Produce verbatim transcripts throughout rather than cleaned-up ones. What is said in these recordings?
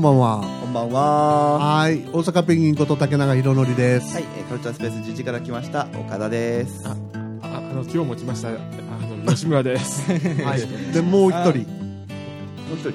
ばんは。 こんばんは。 はい、大阪ペンギンこと竹永宏典です。 はい、えー、カルチャースペースじじから来ました岡田です。 あ、あ、あの今日も来ましたあの吉村です。 はい。でもう一人。もう一人。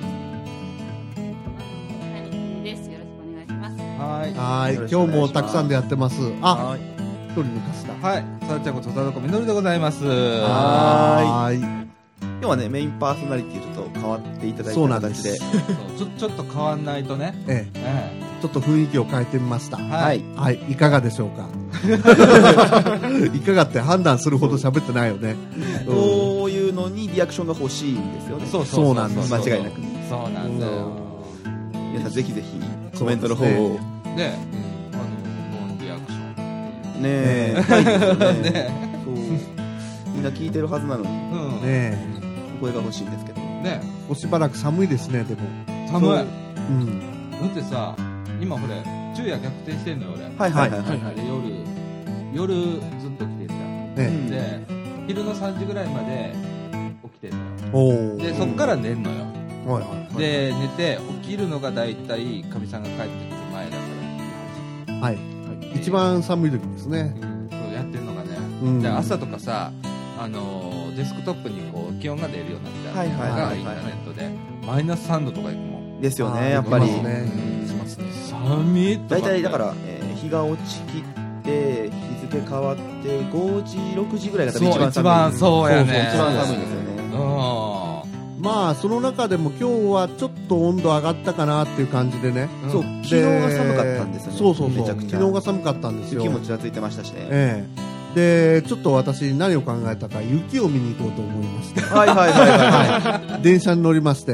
はい。 はい。今日もたくさんでやってます。あ、一人抜かした。 はい。さらちゃんこと田中みのるでございます。 はーい。今日はねメインパーソナリティちょっと変わっていただいた形で、 そうちょちょっと変わんないとね。 ええ。ええ、ちょっと雰囲気を変えてみました。 はい。 はい。いかがでしょうか。いかがって判断するほど喋ってないよね。 こういうのにリアクションが欲しいんですよね。 そうそうなんです。 間違いなく。 そうなんだよ。 皆さんぜひぜひコメントの方を。 ね。あのノンリアクションねえ。ね。そう。みんな聞いてるはずなのに。 ねえ。 声が欲しいんですけどね。 おしばらく寒いですね。でも寒い。うん。だってさ、今これ昼夜逆転してんのよ俺。 はいはいはいはい。 夜夜ずっと来てんだ。で昼のさんじぐらいまで起きてんのよ。でそっから寝んのよ。 はいはい。 で寝て起きるのがだいたいかみさんが帰ってくる前だから。 はい。一番寒い時ですね。 そうやってんのがね。で朝とかさ、あのデスクトップにこう気温が出るようになってあるのがインターネットでマイナスさんどとかいくもんですよね。やっぱり寒い。 大体だから、えー、日が落ちきって日付変わってごじろくじぐらいが多分一番寒い。 一番そうやね。 一番寒いですよね。 まあその中でも今日はちょっと温度上がったかなっていう感じでね。 そう、昨日が寒かったんですよね。 そうそうそう。 めちゃくちゃ昨日が寒かったんですよ。 雪もちらついてましたしね。 ええ。でちょっと私何を考えたか雪を見に行こうと思いまして、 はいはいはいはい、 電車に乗りまして、はい、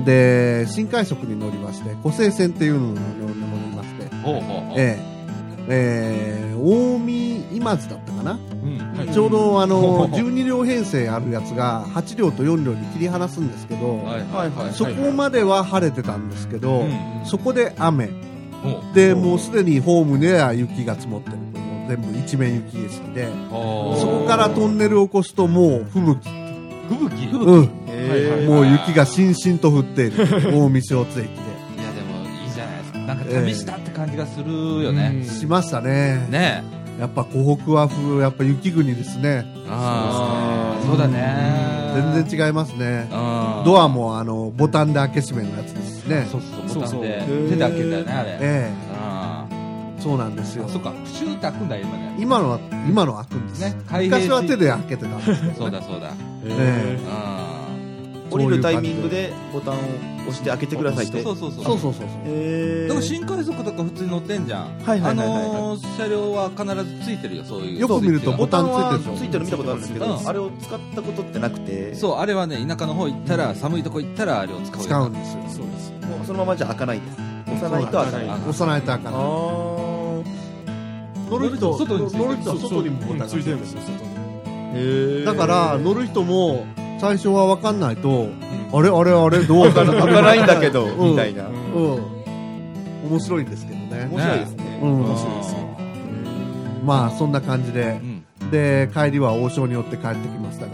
で新快速に乗りまして湖西線っていうのに乗りまして、 ほうほうほう、 えええー、近江今津だったかな、うんはい、ちょうどあのじゅうにりょう編成あるやつがはちりょうとよんりょうに切り離すんですけど、はいはいはい、そこまでは晴れてたんですけど、うん、そこで雨でもうすでにホームでは雪が積もってる。全部一面雪景色で、そこからトンネルを起こすともう吹雪吹雪うんもう雪がしんしんと降っている近江小津駅で。いやでもいいじゃないですか。なんか旅したって感じがするよね、 えー、しましたね。 ねやっぱ湖北はやっぱ雪国ですね。 ああそうだね。 全然違いますね。ドアもあのボタンで開け閉めのやつですね。 そうそうボタンで手で開けんだよねあれ。 ええそうなんですよ。 そっか、プシューって開くんだ今ね。 今のは今の開くんですね。昔は手で開けてたんですけど、ね。 そうだそうだ。 え降りるタイミングでボタンを押して開けてくださいって。 そうそうそうそうそうそう。 えー、だから新快速とか普通に乗ってんじゃん。はいはいはいはい、はい。あのー、車両は必ずついてるよそういう。 よく見るとボタンついてるでしょ。 ついてる見たことあるんですけど、うん、あれを使ったことってなくて。 そうあれはね田舎の方行ったら、うん、寒いとこ行ったらあれを使う。 使うんですよ。 そうです。もうそのままじゃ開かないです。押さないと開かない。 押さないと開かない。乗る人外に乗る人は外にもボタンがついてるんですよ。 外にだから乗る人も最初は分かんないと、うん、あれあれあれどう開かないんだけど、うん、みたいな、うんうん、面白いんですけどね。 面白いですね、うん、面白いですね。 まあそんな感じで、うん、で帰りは王将に寄って帰ってきました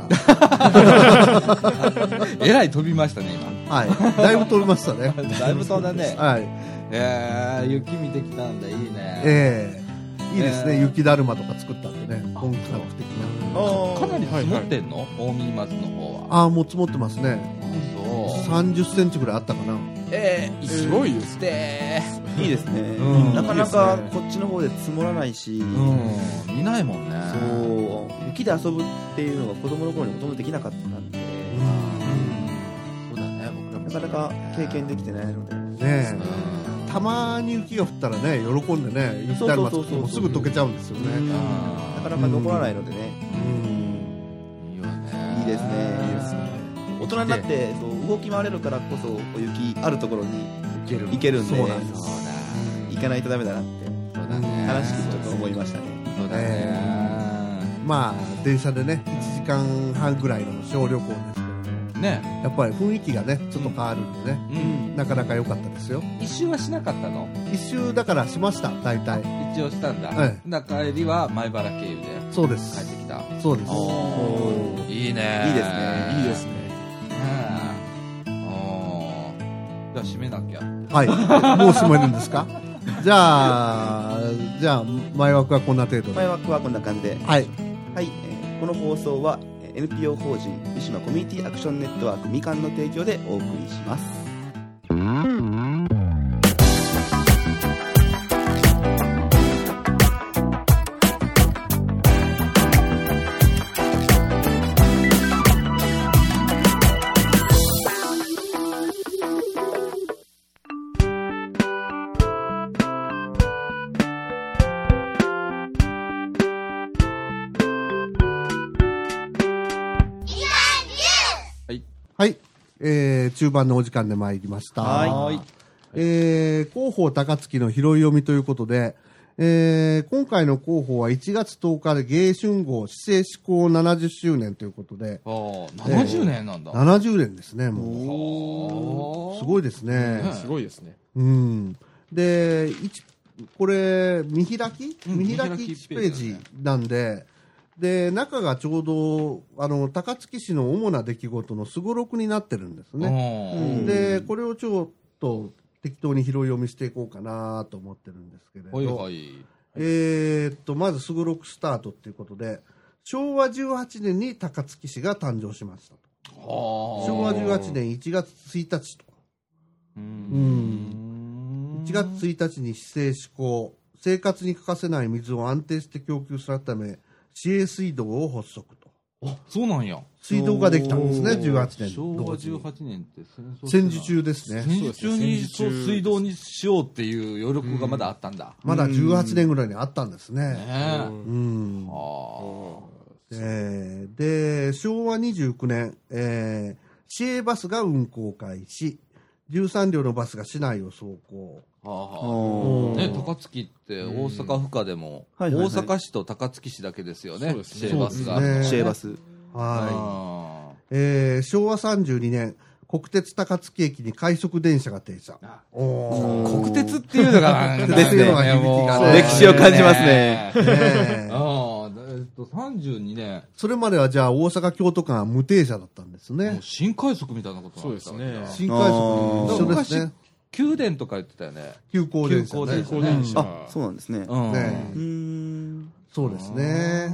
がえらい飛びましたね今。はいだいぶ飛びましたねだいぶ飛んだね。 はいえー、雪見てきたんだいいね。 ええー、いいですね、えー、雪だるまとか作ったんでね本格的な。かなり積もってんの、はいはい、近江松の方は。 ああもう積もってますね。 そうさんじゅっセンチぐらいあったかな。 えー、すごいですね。 いいですね、うん、なかなかこっちの方で積もらないし、 うん、いないもんね。 そう雪で遊ぶっていうのが子供の頃にほとんどできなかったんで、 うん、そうだね僕らもなかなか経験できてないのでねえ、うん、たまに雪が降ったらね喜んでね雪だるま作ってもすぐ溶けちゃうんですよね。 なかなか残らないのでね、 うん、いいよね。 いいですね。いいですね。大人になってそう動き回れるからこそ雪あるところに行ける、行けるんで、そうなんです。行かないとダメだなってそうだ、ね、 話聞いてちょっと思いましたね。 そうだね、 えー、まあ電車でねいちじかんはんぐらいの小旅行ですけどね、やっぱり雰囲気がねちょっと変わるんでね、うん、なかなか良かったですよ。 一周はしなかったの？ 一周だからしました大体。 一応したんだ、 はい、 だ帰りは前原経由でそうです帰ってきた。 そうです。 おいいね。 いいですね。 いいですね。 じゃあ締めなきゃ。 はい。もう閉めるんですか？じゃあ、じゃあ、前枠はこんな程度で。 前枠はこんな感じで。 はい。 はい。えー、この放送は エヌピーオー 法人三島コミュニティアクションネットワークみかんの提供でお送りします。 はい、えー、中盤のお時間で参りました。はい。えー、広報高槻の拾い読みということで、えー、今回の広報はいちがつとおかで芸春号市政施行ななじゅっしゅうねんということで。 ああ、ななじゅうねんなんだ。 えー、ななじゅうねんですね、もう。すごいですね。 ね、すごいですね。 うん。で、一これ、見開き、うん、見開きいちページなんで、で、中がちょうど、あの、高槻市の主な出来事のすごろくになってるんですね。で、これをちょっと適当に拾い読みしていこうかなと思ってるんですけれど、はいはい、えー、っと、まずすごろくスタートっていうことで、しょうわじゅうはちねんに高槻市が誕生しましたと。しょうわじゅうはちねんいちがつついたちと。うん。いちがつついたちに市政施行、生活に欠かせない水を安定して供給するため、市営水道を発足と。 あ、そうなんや。 水道ができたんですね、じゅうはちねん。 しょうわじゅうはちねんって戦時中ですね。 戦時中に水道にしようっていう余力がまだあったんだ。 まだじゅうはちねんぐらいにあったんですね。ねうん。えー、で、しょうわにじゅうきゅうねん、えー、市営バスが運行開始。じゅうさんりょうのバスが市内を走行。 はあはあ、ね、高槻って大阪府下でも、大阪市と高槻市だけですよね、市営バスが。 市営バス。 はい。えー、しょうわさんじゅうにねん、国鉄高槻駅に快速電車が停車。 国鉄っていうのが、 ですね。 歴史を感じますね。 さんじゅうにねん。 それまではじゃあ大阪京都間は無停車だったんですね。もう新快速みたいなことなんですね。 新快速一緒ですね。 宮殿とか言ってたよね。 急行電車。 急行電車。 あ、そうなんですね。 うん。そうですね。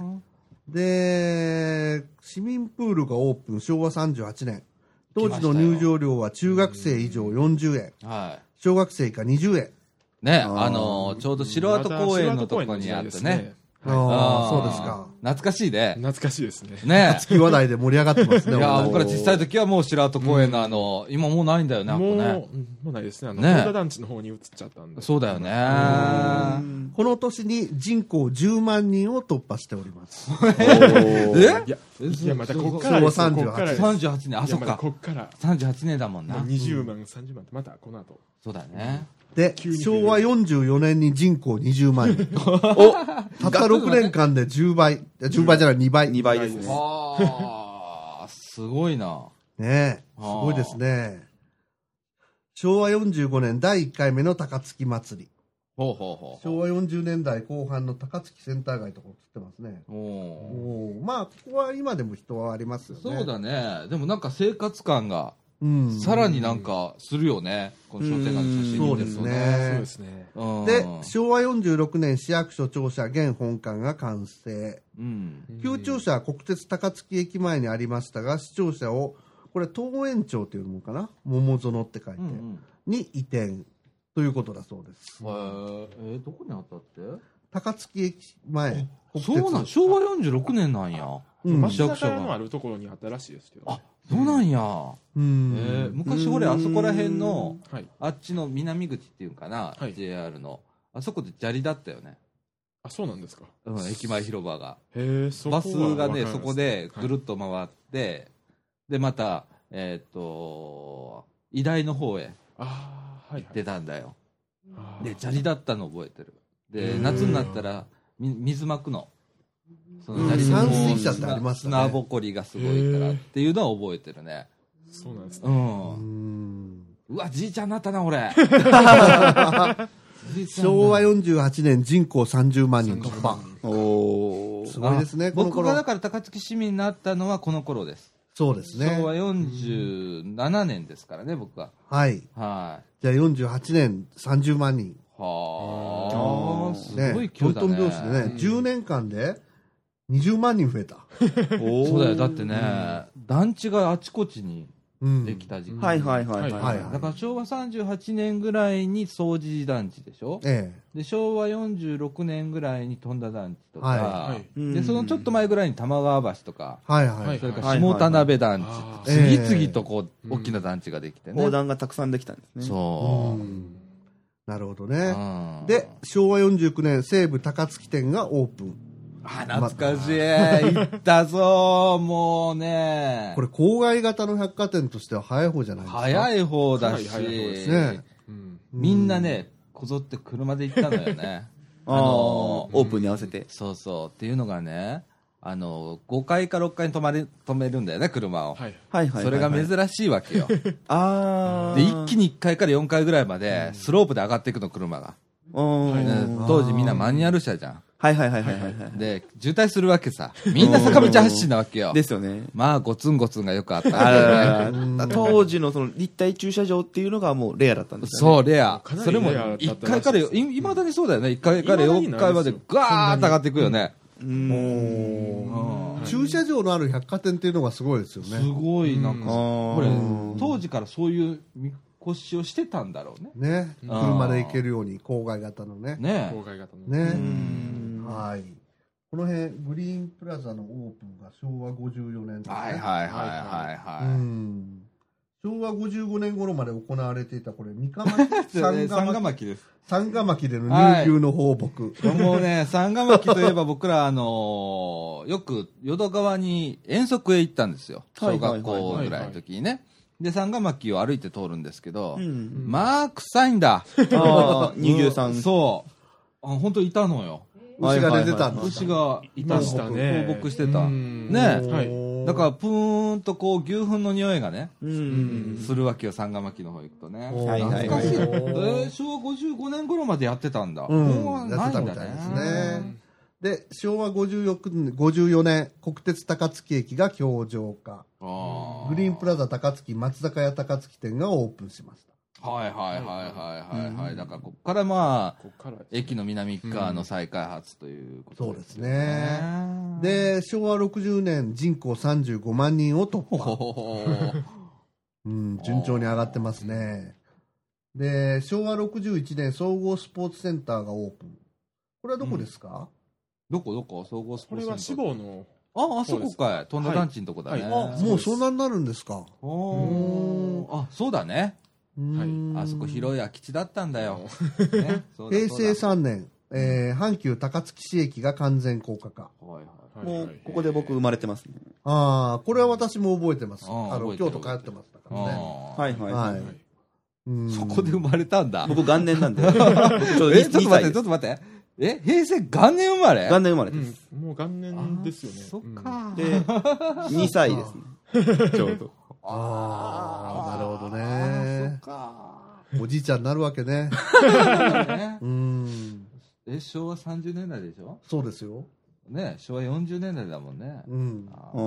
で、市民プールがオープン、しょうわさんじゅうはちねん。当時の入場料は中学生以上よんじゅうえん。はい。小学生以下にじゅうえん。 ね、あの、ちょうど城跡公園のところにあってね。 ああ、そうですか。 懐かしいね。 懐かしいですね。 ね月話題で盛り上がってますね。 いや、僕ら小さい時はもう白跡公園のあの、今もうないんだよね、あこね。 もうないですね。あの、東田団地の方に移っちゃったんで。 そうだよね。 この年に人口じゅうまんにんを突破しております。 えいや、いや、またこっからです。 さんじゅうはちねん。 さんじゅうはちねん、あ、そっか。 こっから。 さんじゅうはちねんだもんな。 にじゅうまん、さんじゅうまんってまたこの後。 そうだね。 で、しょうわよんじゅうよねんに人口にじゅうまんにん。おたったろくねんかんでじゅうばい。じゅうばいじゃない、にばい。 にばいですね。 ああ、すごいな。 ねえ、すごいですね。しょうわよんじゅうごねんだいいっかいめの高槻祭り。 ほうほうほう。 しょうわよんじゅうねんだいこう半の高槻センター街とか映ってますね。おお。まあ、ここは今でも人はありますよね。 そうだね。でもなんか生活感が。うん、さらになんかするよね、この商店街の写真見てるとね。 そうですね。で、しょうわよんじゅうろくねん市役所庁舎現本館が完成。うん、旧庁舎は国鉄高槻駅前にありましたが、市庁舎を、これ東園町というのかな、桃園って書いて、うんうん、に移転ということだそうです。 えー、えー、どこにあったって？ 高槻駅前。 そうなん、しょうわよんじゅうろくねんなんや。 うん、町中のあるところにあったらしいですけど、ね。あ、 そうなんや。うん、えー、昔ほれあそこら辺の、はい、あっちの南口っていうかな、はい、ジェイアール のあそこで砂利だったよね。 あ、そうなんですか。 うん、駅前広場が。 へえ、そこはバスがねそこでぐるっと回って、はい、でまたえっ、ー、と医大の方へ行ってたんだよ。はいはい、で砂利だったの覚えてる。で夏になったら水まくの。 その砂利の、うん、散水車ってありましたね。 砂ぼこりがすごいからっていうのは覚えてるね。 そうなんですね。 うん。うわ、じいちゃんになったな、俺。 しょうわよんじゅうはちねん人口さんじゅうまんにん突破。 おー。すごいですね、 僕がだから高槻市民になったのはこの頃です。 そうですね。 しょうわよんじゅうななねんですからね、僕は。 はい。 はい。 じゃあよんじゅうはちねんさんじゅうまんにん。 はあ、すごい勢いだね。トントン拍子でね、じゅうねんかんでにじゅうまんにん増えた。 そうだよ。だってね、団地があちこちにできた時期、うん、 はいはいはいはい、 だからしょうわさんじゅうはちねんぐらいに総持団地でしょ、ええ、でしょうわよんじゅうろくねんぐらいに富田団地とか、はい、でそのちょっと前ぐらいに玉川橋とか、はいはい、それから下田辺団地、はいはい、次々とこう、えー、大きな団地ができてね、 横断がたくさんできたんですね。 そう、うん、なるほどね。でしょうわよんじゅうきゅうねん西武高槻店がオープン。 あ、懐かしい。行ったぞ、もうね。 これ、郊外型の百貨店としては早い方じゃないですか。 早い方だし、ね、うん、みんなね、こぞって車で行ったのよね。 あの、オープンに合わせて。 そうそう。っていうのがね、あの、ごかいかろっかいに止まれ、止めるんだよね、車を。はい。はいはい。それが珍しいわけよ。ああ。で、一気にいっかいからよんかいぐらいまで、スロープで上がっていくの、車が。当時みんなマニュアル車じゃん。はいはいはいはいはい。で、渋滞するわけさ。みんな坂道発進なわけよ。 ですよね。 まあ、ゴツンゴツンがよくあったんだね。当時のその立体駐車場っていうのがもうレアだったんですよね。そう、レア。それもいっかいからいまだにそうだよね。いっかいからよんかいまでガーッと上がっていくよね。 駐車場のある百貨店っていうのがすごいですよね。 すごい、なんか、これ、当時からそういう見越しをしてたんだろうね。 ね。車で行けるように、郊外型のね。 ね。 郊外型のね。はい。この辺、グリーンプラザのオープンがしょうわごじゅうよねんですね。 はいはいはいはいはい。うん。 しょうわごじゅうごねん頃まで行われていた、これ、三日巻き三ヶ巻です。 三ヶ巻での乳牛の放牧。 はい、もうね、三ヶ巻といえば僕ら、あのー、よく淀川に遠足へ行ったんですよ。小学校ぐらいの時にね。で、三ヶ巻を歩いて通るんですけど、うんうん、まあ、臭いんだ。 ああ、乳牛さん。 そう。あ、本当いたのよ。 牛が出てたんです牛がいましたね。放牧してた。ね。はい。だから、ぷーんとこう、牛糞の匂いがね、するわけよ、三ヶ巻の方行くとね。懐かしい。え、しょうわごじゅうごねん頃までやってたんだ。 うん。やってたみたいですね。で、しょうわごじゅうよねん、国鉄高槻駅が橋上化。グリーンプラザ高槻松坂屋高槻店がオープンしました。 はいはいはいはいはいはい。だからここからまあ、駅の南側の再開発ということですね。 そうですね。で、しょうわろくじゅうねん人口さんじゅうごまんにんを突破。うん、順調に上がってますね。で、しょうわろくじゅういちねん総合スポーツセンターがオープン。これはどこですか？ どこどこ総合スポーツセンター。これは志望の。 あ、あそこかい。富田団地のとこだね。 あ、もうそんなになるんですか。 あ、そうだね。はい。あそこ広い空き地だったんだよ。 へいせいさんねん、えー、阪急高槻市駅が完全高架化。 もう、ここで僕生まれてますね。 ああ、これは私も覚えてます。あの、京都帰ってましたからね。 はいはいはい。 そこで生まれたんだ。 僕元年なんで。 え、ちょっと待って、ちょっと待って。え、平成元年生まれ？ 元年生まれです。 もう元年ですよね。 そっか。 で、にさいですね。ちょうど。 ああ、なるほどね。そっか。おじいちゃんになるわけね。 うん。え、しょうわさんじゅうねんだいでしょ？ そうですよ。 ね、しょうわよんじゅうねんだいだもんね。うん。ああ、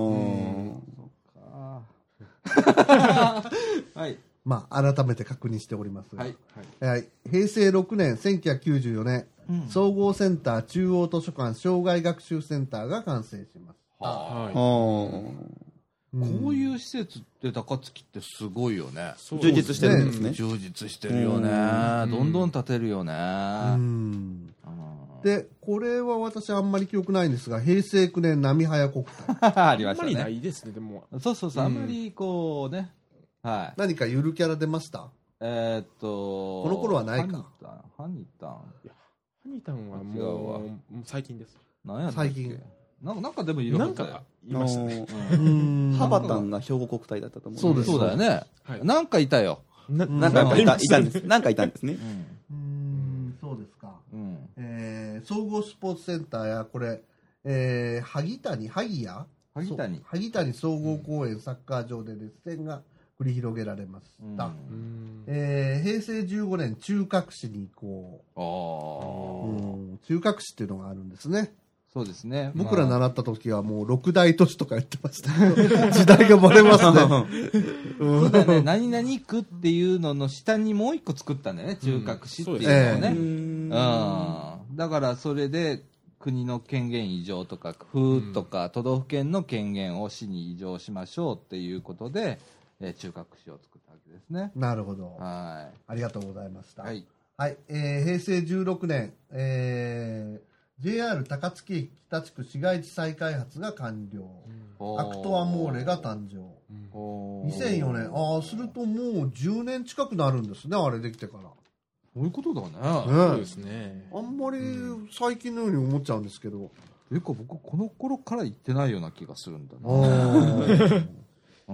そっか。 はい。まあ、改めて確認しておりますが。はい。はい。へいせいろくねん、せんきゅうひゃくきゅうじゅうよねん、うん、総合センター中央図書館障害学習センターが完成しました。はい。 こういう施設って高槻ってすごいよね。 充実してるんですね。 充実してるよね。どんどん建てるよね。うんで、これは私あんまり記憶ないんですが、へいせいきゅうねん波早国体。 ありましたね。 あんまりないですね、でも。 そうそうそう、あんまりこうね。はい。 何かゆるキャラ出ました？ えっと、 この頃はないか。 ハニタン。ハニタンはもう最近です。 何やったっけ？ 最近。 なんかでもいろいろ言いましたね。 ハバタンが兵庫国体だったと思う。 そうです。そうだよね。なんかいたよ。 なんかいたんです。なんかいたんですね。 うん、そうですか。え総合スポーツセンターやこれ、え萩谷萩谷萩谷萩谷総合公園サッカー場で熱戦が繰り広げられました。えー、へいせいじゅうごねん中核市に行こう。あ、うん、中核市っていうのがあるんですね。 そうですね。 僕ら習った時はもう六大都市とか言ってました。時代がバレますね。 そうだね。何々区っていうのの下にもう一個作ったんだよね。中核市っていうのをね。うん。だからそれで国の権限移譲とか府とか都道府県の権限を市に移譲しましょうっていうことで、えー、中核市を作ったわけですね。 なるほど。 はい。 ありがとうございました。 はい。 はい。えー、平成じゅうろくねん、えー、ジェイアール 高槻駅北地区市街地再開発が完了。うん、アクトアモーレが誕生。うん、にせんよねん、ああ、するともうじゅうねん近くなるんですね、あれできてから。 そういうことだね。 そうですね。 あんまり最近のように思っちゃうんですけど。 というか僕この頃から行ってないような気がするんだな。 うん、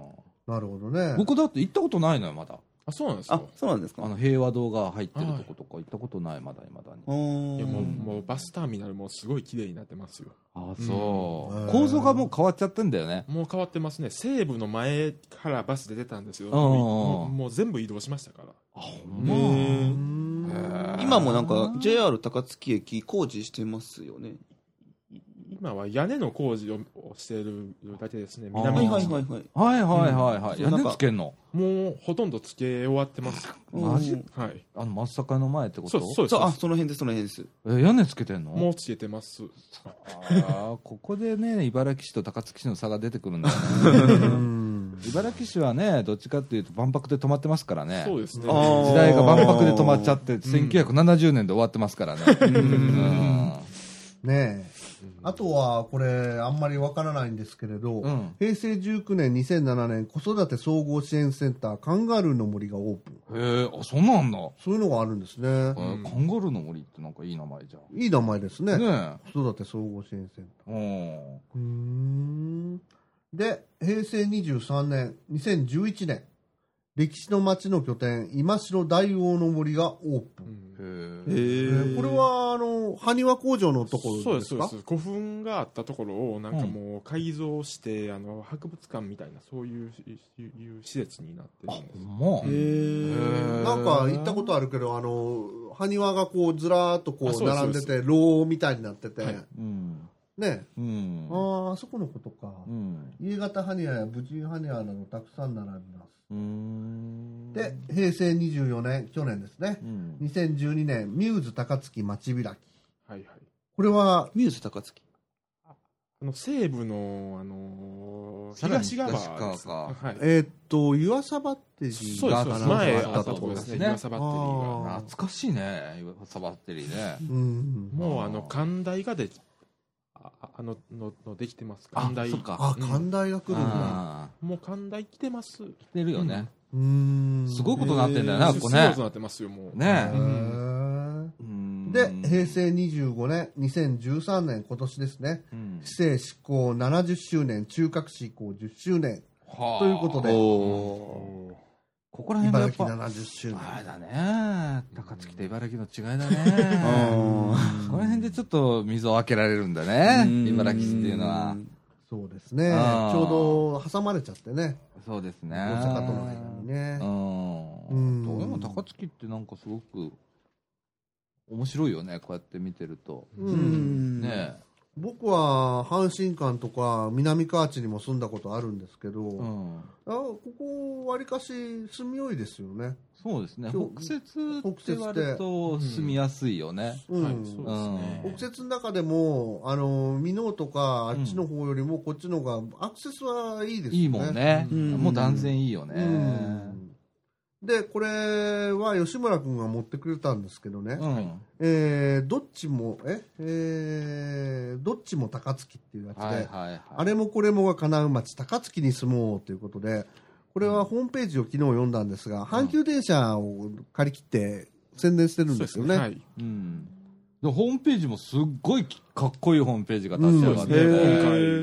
なるほどね。 僕だって行ったことないのよまだ。 あ、そうなんですか。 あ、そうなんですか。 あの平和堂が入ってるとことか行ったことないまだ未だに。 いやもうもうバスターミナルもすごい綺麗になってますよ。 あ、そう、うん、構造がもう変わっちゃってんだよね。 もう変わってますね。西武の前からバスで出たんですよ。もう、もう全部移動しましたから。あ、ほんま。今もなんか ジェイアール 高槻駅工事してますよね。 今は屋根の工事をしているだけですね。 南のはいはいはいはいはいはいはい。屋根つけんの？ もうほとんどつけ終わってます。 マジ？ はい。 あの松坂の前ってこと？ そうそうです。 あ、その辺ですその辺です。 え、屋根つけてんの？ もうつけてます。 ああ、ここでね茨城市と高槻市の差が出てくるんだよね。茨城市はねどっちかっていうと万博で止まってますからね。 そうですね。 時代が万博で止まっちゃってせんきゅうひゃくななじゅうねんで終わってますからね。 ねえ。あとはこれあんまりわからないんですけれど、うん、平成じゅうきゅうねんにせんななねん子育て総合支援センターカンガルーの森がオープン。 へえ、あ、そんなんだ。 そういうのがあるんですね。えー、カンガルーの森ってなんかいい名前じゃん。 いい名前ですね。 ね子育て総合支援センター。うん。で平成にじゅうさんねんにせんじゅういちねん歴史の町の拠点今城大王の森がオープン。うん、へえ。これはあの埴輪工場のところですか？そうですそうです。 古墳があったところをなんかもう改造して、うん、あの博物館みたいなそういういう施設になってるんです。 あ、ほんま。 へえ。なんか行ったことあるけどあの埴輪がこうずらーっとこう並んでて廊みたいになってて、はい、うん、ね、うん、ああ、あそこのことか。うん、家型埴輪や武人埴輪などたくさん並びます。うーんで平成にじゅうよねん去年ですね、うん、にせんじゅうにねんミューズ高槻町開き、はいはい、これはミューズ高槻あの西部の、あのー、東側ですか、はい、 えー、っと湯浅バッテリーが前あったところですね。湯浅バッテリーが懐かしいね。湯浅バッテリーね、 うん、もうあの寛大ができああのののできてます。寛大。 あ、そっか。あ、寛大が来るんだ。 もう寛大来てます。 来てるよね。うん。すごいことになってんだよな、ここね。 すごいことになってますよ、もう。 ねえ。で、平成にじゅうごねん、にせんじゅうさんねん、今年ですね。市政施行ななじゅっしゅうねん、中核市移行じゅっしゅうねん。ということで。 ここら辺がやっぱ茨城ななじゅっしゅうねん。 あれだね。高槻と茨城の違いだね。この辺でちょっと溝を開けられるんだね。茨城市っていうのは。 そうですね。ちょうど挟まれちゃってね。 そうですね。 大阪との間にね。 うん。どうも高槻ってなんかすごく面白いよね。こうやって見てると。うん。ねえ。 僕は阪神間とか南河内にも住んだことあるんですけど、うん、あここわりかし住みよいですよね。 そうですね。北摂って割と住みやすいよね。うん、はい、そうですね。北摂の中でもあの箕面とかあっちの方よりもこっちの方がアクセスはいいですよね。 いいもんね。うん、もう断然いいよね。うんでこれは吉村君が持ってくれたんですけどね、うん、えー、どっちもええー、どっちも高槻っていうやつで、はいはいはい、あれもこれもが叶う町高槻に住もうということで、これはホームページを昨日読んだんですが、うん、阪急電車を借り切って宣伝してるんですよね。はい、 うん、でホームページもすっごいかっこいいホームページが立ち上がって、うん、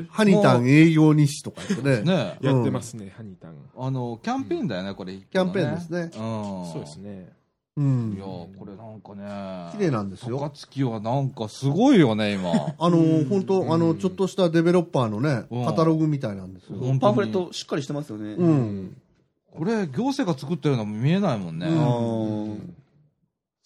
今回ハニタン営業日誌とか言ってねね、やってますね、うん、ハニタンあのキャンペーンだよね、うん、これ、ね、 キャンペーンですね、うん、 そうですね、 うん、いやこれなんかね綺麗なんですよ。 高槻はなんかすごいよね今あの本当、うん、あのちょっとしたデベロッパーのね、うん、カタログみたいなんですよ。 パンフレットしっかりしてますよね。 うん、 これ行政が作ったような見えないもんね。うん、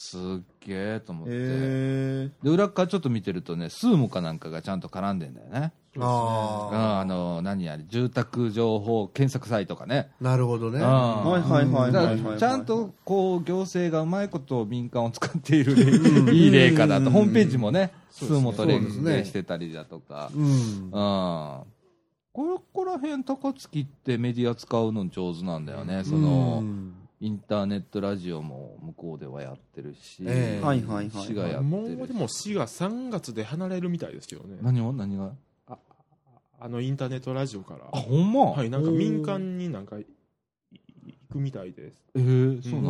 すっげえと思って、で裏側ちょっと見てるとね、スーモかなんかがちゃんと絡んでんだよね。ああ、あの何やり住宅情報検索サイトかね。 なるほどね。 はいはいはいはいはい。 ちゃんとこう行政がうまいこと民間を使っているいい例かだと、ホームページもね、スーモと連携してたりだとか、うん、ここら辺高槻ってメディア使うの上手なんだよね。そのインターネットラジオも向こうではやってるし、 えー、はいはいはい。 市がやってる。もうでも市がさんがつで離れるみたいですよね。 何を何が？ あ、あのインターネットラジオから。 あ、ほんま？ はい、なんか民間になんか行くみたいです。 えー、そうなん。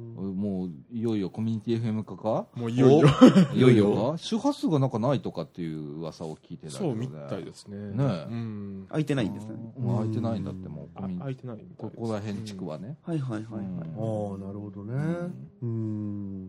もういよいよコミュニティ エフエム 化か？ もういよいよいよいよか？周波数がなんかないとかっていう噂を聞いてたけどね。 そうみたいですね。 ね、 うん、空いてないんですね。 もう空いてないんだってもう。 空いてないみたいです。 ここら辺地区はね。 はいはいはいはい。ああ、 なるほどね。うん。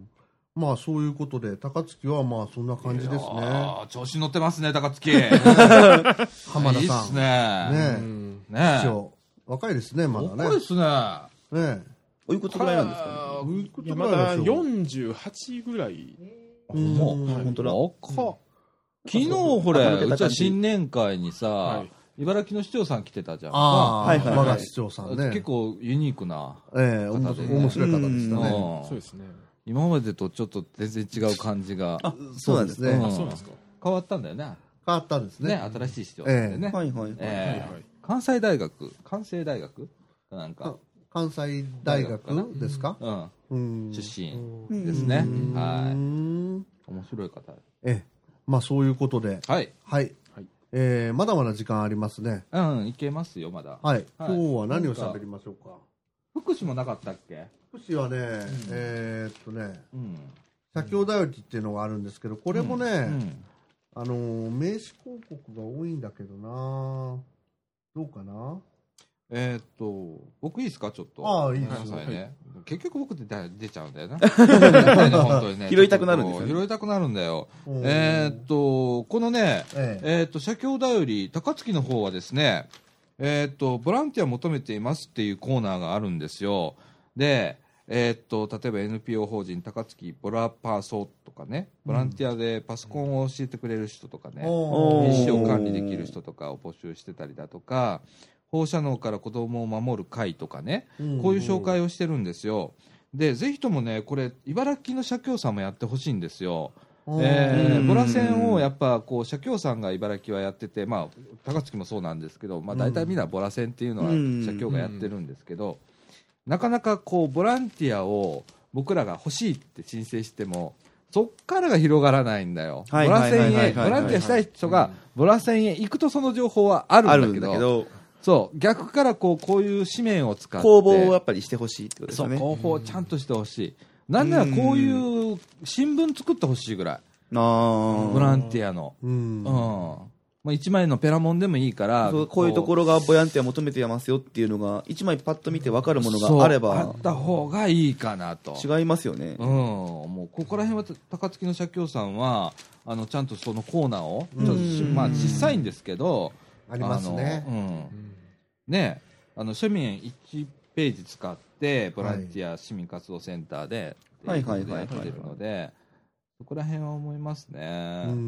まあそういうことで高槻はまあそんな感じですね。 ああ、調子乗ってますね高槻。 浜田さん。いいっすね。 ね。ね。若いですねまだね。 若いですね。 ね。 おいくつぐらいなんですかね。 いやまだよんじゅうはちぐらい。 もう本当だ。若。昨日ほれうちは新年会にさ、茨城の市長さん来てたじゃん。 ああ、はいはい。我が市長さんね。 結構ユニークな。 ええ、面白い方でしたね。 そうですね。 今までとちょっと全然違う感じが。 あ、そうなんですね。 あ、そうなんですか。 変わったんだよね。 変わったんですね。 ね、新しい市長さんでね。 はいはいはい。 関西大学、関西大学なんか。 関西大学ですか？ うん。出身ですね。はい。面白い方。 ええ。まあそういうことで。 はい。 はい。えー、まだまだ時間ありますね。 うん、いけますよ、まだ。 はい。今日は何を喋りましょうか。 福祉もなかったっけ？ 福祉はね、えっとね、社協だよりっていうのがあるんですけど、これもね、あの、名刺広告が多いんだけどなどうかな？ えー、っと僕いいですかちょっと。 ああいいですね、はい、結局僕で出ちゃうんだよな。 本当にね。拾いたくなるんですよ、ね。 拾いたくなるんだよ。えー、っとこのね、えええー、っと社協だより高槻の方はですね、えー、っとボランティア求めていますっていうコーナーがあるんですよ。で、えー、っと例えば エヌピーオー 法人高槻ボラパーソとかね、ボランティアでパソコンを教えてくれる人とかね、うん、日誌を管理できる人とかを募集してたりだとか。放射能から子供を守る会とかね、こういう紹介をしてるんですよ。でぜひともねこれ茨城の社協さんもやってほしいんですよ。えー、ボラ線をやっぱこう社協さんが茨城はやってて、まあ高槻もそうなんですけど、まあ大体みんなボラ線っていうのは社協がやってるんですけど、なかなかこうボランティアを僕らが欲しいって申請してもそっからが広がらないんだよ。ボラ線へボランティアしたい人がボラ線へ行くとその情報はあるんだけど。そう逆からこうこういう紙面を使って公募をやっぱりしてほしいってことですね。 そう広報をちゃんとしてほしい。なんならこういう新聞作ってほしいぐらい。ボランティアの。うん。まあいちまいのペラモンでもいいからこう、こういうところがボランティア求めてますよっていうのがいちまいパッと見て分かるものがあればあった方がいいかなと。 違いますよね。 うん。もうここら辺は高槻の社協さんはあのちゃんとそのコーナーをちょっとまあ小さいんですけどありますね。 うんね、あの庶民いちページ使ってボランティア市民活動センターでやってるのでそこら辺は思いますね。うん、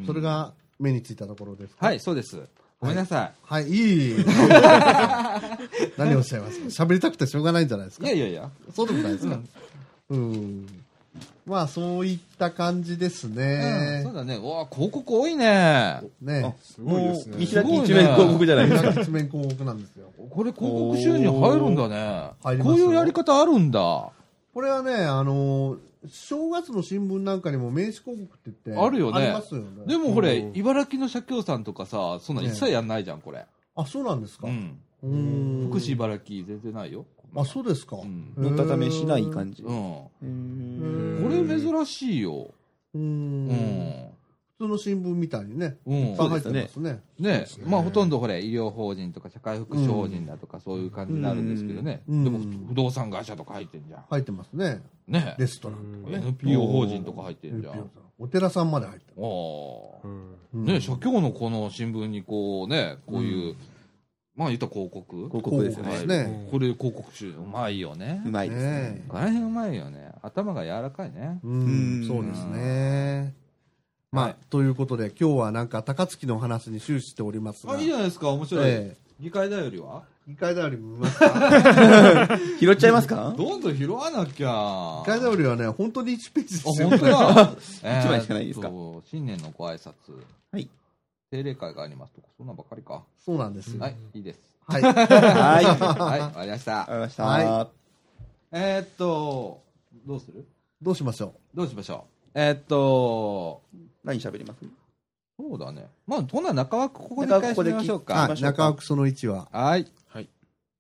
それが目についたところですか？ はいそうです。ごめんなさい。 はい、はい、いい何をおっしゃいますか？喋りたくてしょうがないんじゃないですか？ いやいやいやそうでもないですか？うん、うんまあそういった感じですね。 うん、そうだね。わあ広告多いね。 ね、 すごいですね。 見開き一面広告じゃないですか。 見開き一面広告なんですよ。 これ広告収入入るんだね。入ります。こういうやり方あるんだ。 これはね、あの正月の新聞なんかにも名刺広告って言ってあるよね。 ありますよね。 でもこれ、うん、茨城の社協さんとかさ、そんな一切やんないじゃんこれ。ね、 あ、そうなんですか。 うん。うん福祉茨城全然ないよ。 あ、そうですか。 のたためしない感じ。 うん。これ珍しいよ。うん。 普通の新聞みたいにね。うん。入ってますね。 ね。まあほとんどこれ医療法人とか社会福祉法人だとかそういう感じになるんですけどね。でも不動産会社とか入ってんじゃん。 入ってますね。 ね。 レストランとかね。 エヌピーオー 法人とか入ってんじゃん。 お寺さんまで入ってる。 ああ。ね、社協のこの新聞にこうね、こういうまあ言った広告広告ですよね。 これ広告収入うまいよね。 うまいですね。 この辺うまいよね。 頭が柔らかいね。 うん、そうですね。まあ、はい、ということで今日はなんか高槻の話に終始しておりますが。 あ、いいじゃないですか、面白い。えー、議会だよりは議会だより見ますか拾っちゃいますか？ どんどん拾わなきゃ。 議会だよりはね、本当にいちページですよ。 本当だ。 いちまいしかないですか？ 新年のご挨拶。 はい。 定例会がありますとか、そんなばかりか。 そうなんです。 はい、いいです。 はい。 はい。 はい、わかりました。 わかりました。 はい。 えー、っと、どうする？ どうしましょう？どうしましょう？えー、っと、 何喋ります？ そうだね。まあ、ほな中枠ここで一回してみましょうか。 あ、中枠そのいちは。 はい。 はい。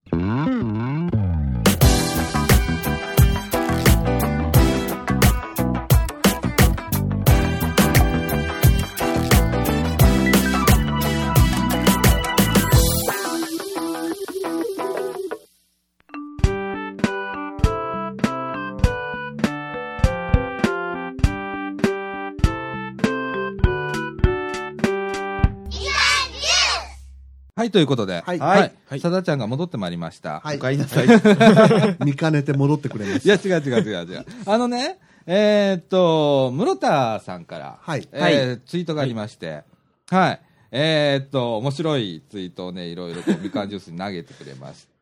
はい、ということで、 はい。 はい。さだちゃんが戻ってまいりました。 はい。 お帰りなさい。 見かねて戻ってくれました。 いや、違う違う違う違う。あのね、えー、っと、室田さんから、 はい。 えー、ツイートがありまして、はい。えー、っと、面白いツイートをね、いろいろこう、みかんジュースに投げてくれまして、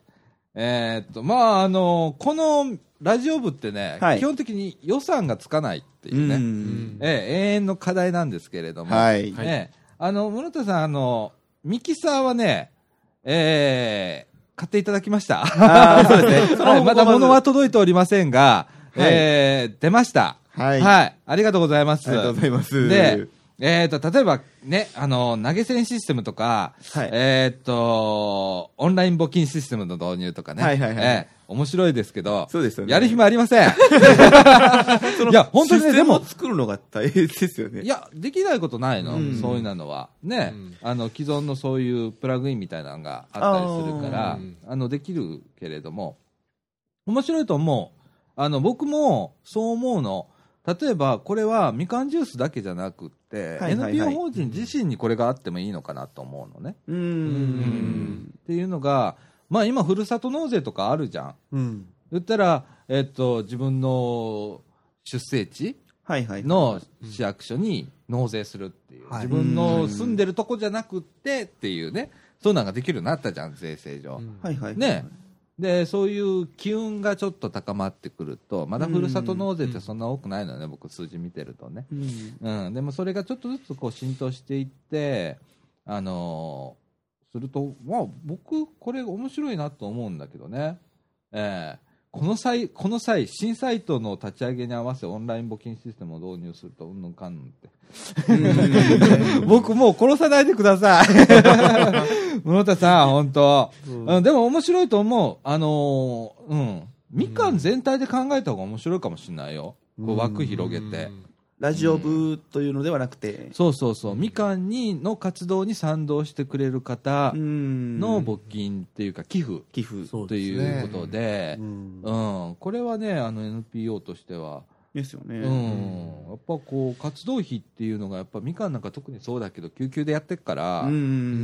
えー、っと、まあ、あの、このラジオ部ってね、はい、基本的に予算がつかないっていうね、うん、えー、永遠の課題なんですけれども、 はい。 えー、あの、室田さん、あの、ミキサーはね、えー、買っていただきました。 あそうですね。 はい、まだ物は届いておりませんが、はい、えー、出ました。 はい。 はい。ありがとうございます。 ありがとうございます。 で、えーと、例えばね、あの、投げ銭システムとか、はい、えーと、オンライン募金システムの導入とかね。 はいはいはい。 えー面白いですけど、 そうですよね。 やる暇ありません。いや、本当にね、でも。 作るのが大変ですよね。 いや、できないことないの、うん、そういうのは。ね、うん、あの、既存のそういうプラグインみたいなのがあったりするから、あ, あの、できるけれども、面白いと思う。あの、僕もそう思うの。例えば、これはみかんジュースだけじゃなくって、はいはいはい、エヌピーオー 法人自身にこれがあってもいいのかなと思うのね。 うーん。うんっていうのが、まあ今、ふるさと納税とかあるじゃん。 うん。 言ったら、えっと、自分の出生地の市役所に納税するっていう。はいはい、自分の住んでるとこじゃなくってっていうね、そういうのができるようになったじゃん、税制上。 はいはい。 ね。で、そういう機運がちょっと高まってくると、まだふるさと納税ってそんな多くないのよね、うん、僕数字見てるとね。うん。うん。でもそれがちょっとずつこう浸透していって、あのー、すると、まあ、僕、これ面白いなと思うんだけどね。えー、この際、この際、新サイトの立ち上げに合わせオンライン募金システムを導入すると、うんぬんかんぬんって。僕、もう殺さないでください。室田さん、本当、うん。でも面白いと思う。あのー、うん。みかん全体で考えた方が面白いかもしれないよ。こう枠広げて。 ラジオ部というのではなくて、うん、 そうそうそう、みかんにの活動に賛同してくれる方の募金っていうか寄付寄付ということで、うん、うん、これはね、あの エヌピーオー としてはですよね、 うん、やっぱこう活動費っていうのがやっぱみかんなんか特にそうだけど救急でやってっから、うん、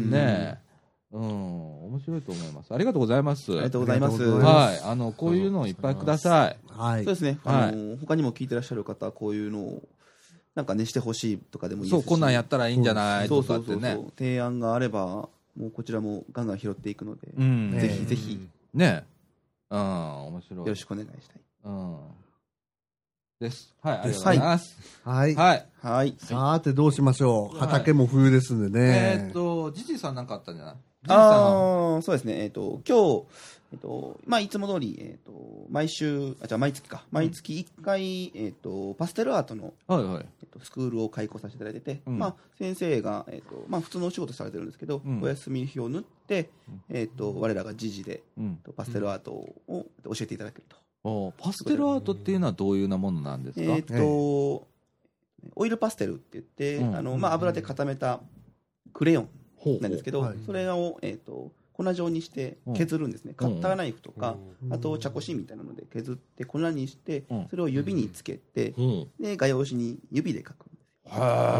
ねえ、うん、面白いと思います。ありがとうございます。 ありがとうございます。 はい、あのこういうのをいっぱいください。 はい、そうですね。あの、はい、他にも聞いてらっしゃる方はこういうのをなんかねしてほしいとかでもいいですし、 そうこんなんやったらいいんじゃないとかってね、 提案があればもうこちらもガンガン拾っていくので、うん、ぜひぜひね、うん、面白い。 よろしくお願いしたい。 うん。です。はい、ありがとうございます。 はい。 はい。はい。 さてどうしましょう。畑も冬ですんでね。 えっと、ジジさんなんかあったんじゃない？ ああ、そうですね。えっと今日。えっとまあ、いつも通り、えっと、毎週あじゃあ毎月か毎月いっかい、えっと、パステルアートの、はいはい、えっと、スクールを開講させていただいてて、うんまあ、先生が、えっとまあ、普通のお仕事されてるんですけど、うん、お休み日を縫って、えっと、我らが時事で、うん、パステルアートを教えていただけると、 うん、パステルアートっていうのはどういうようなものなんですか？ えっとオイルパステルって言って、うんあのまあ、油で固めたクレヨンなんですけど、うんはい、それを、えっと粉状にして削るんですね、うん、カッターナイフとか、うん、あと茶こしみたいなので削って粉にして、うん、それを指につけて、うん、で画用紙に指で描くんですよ。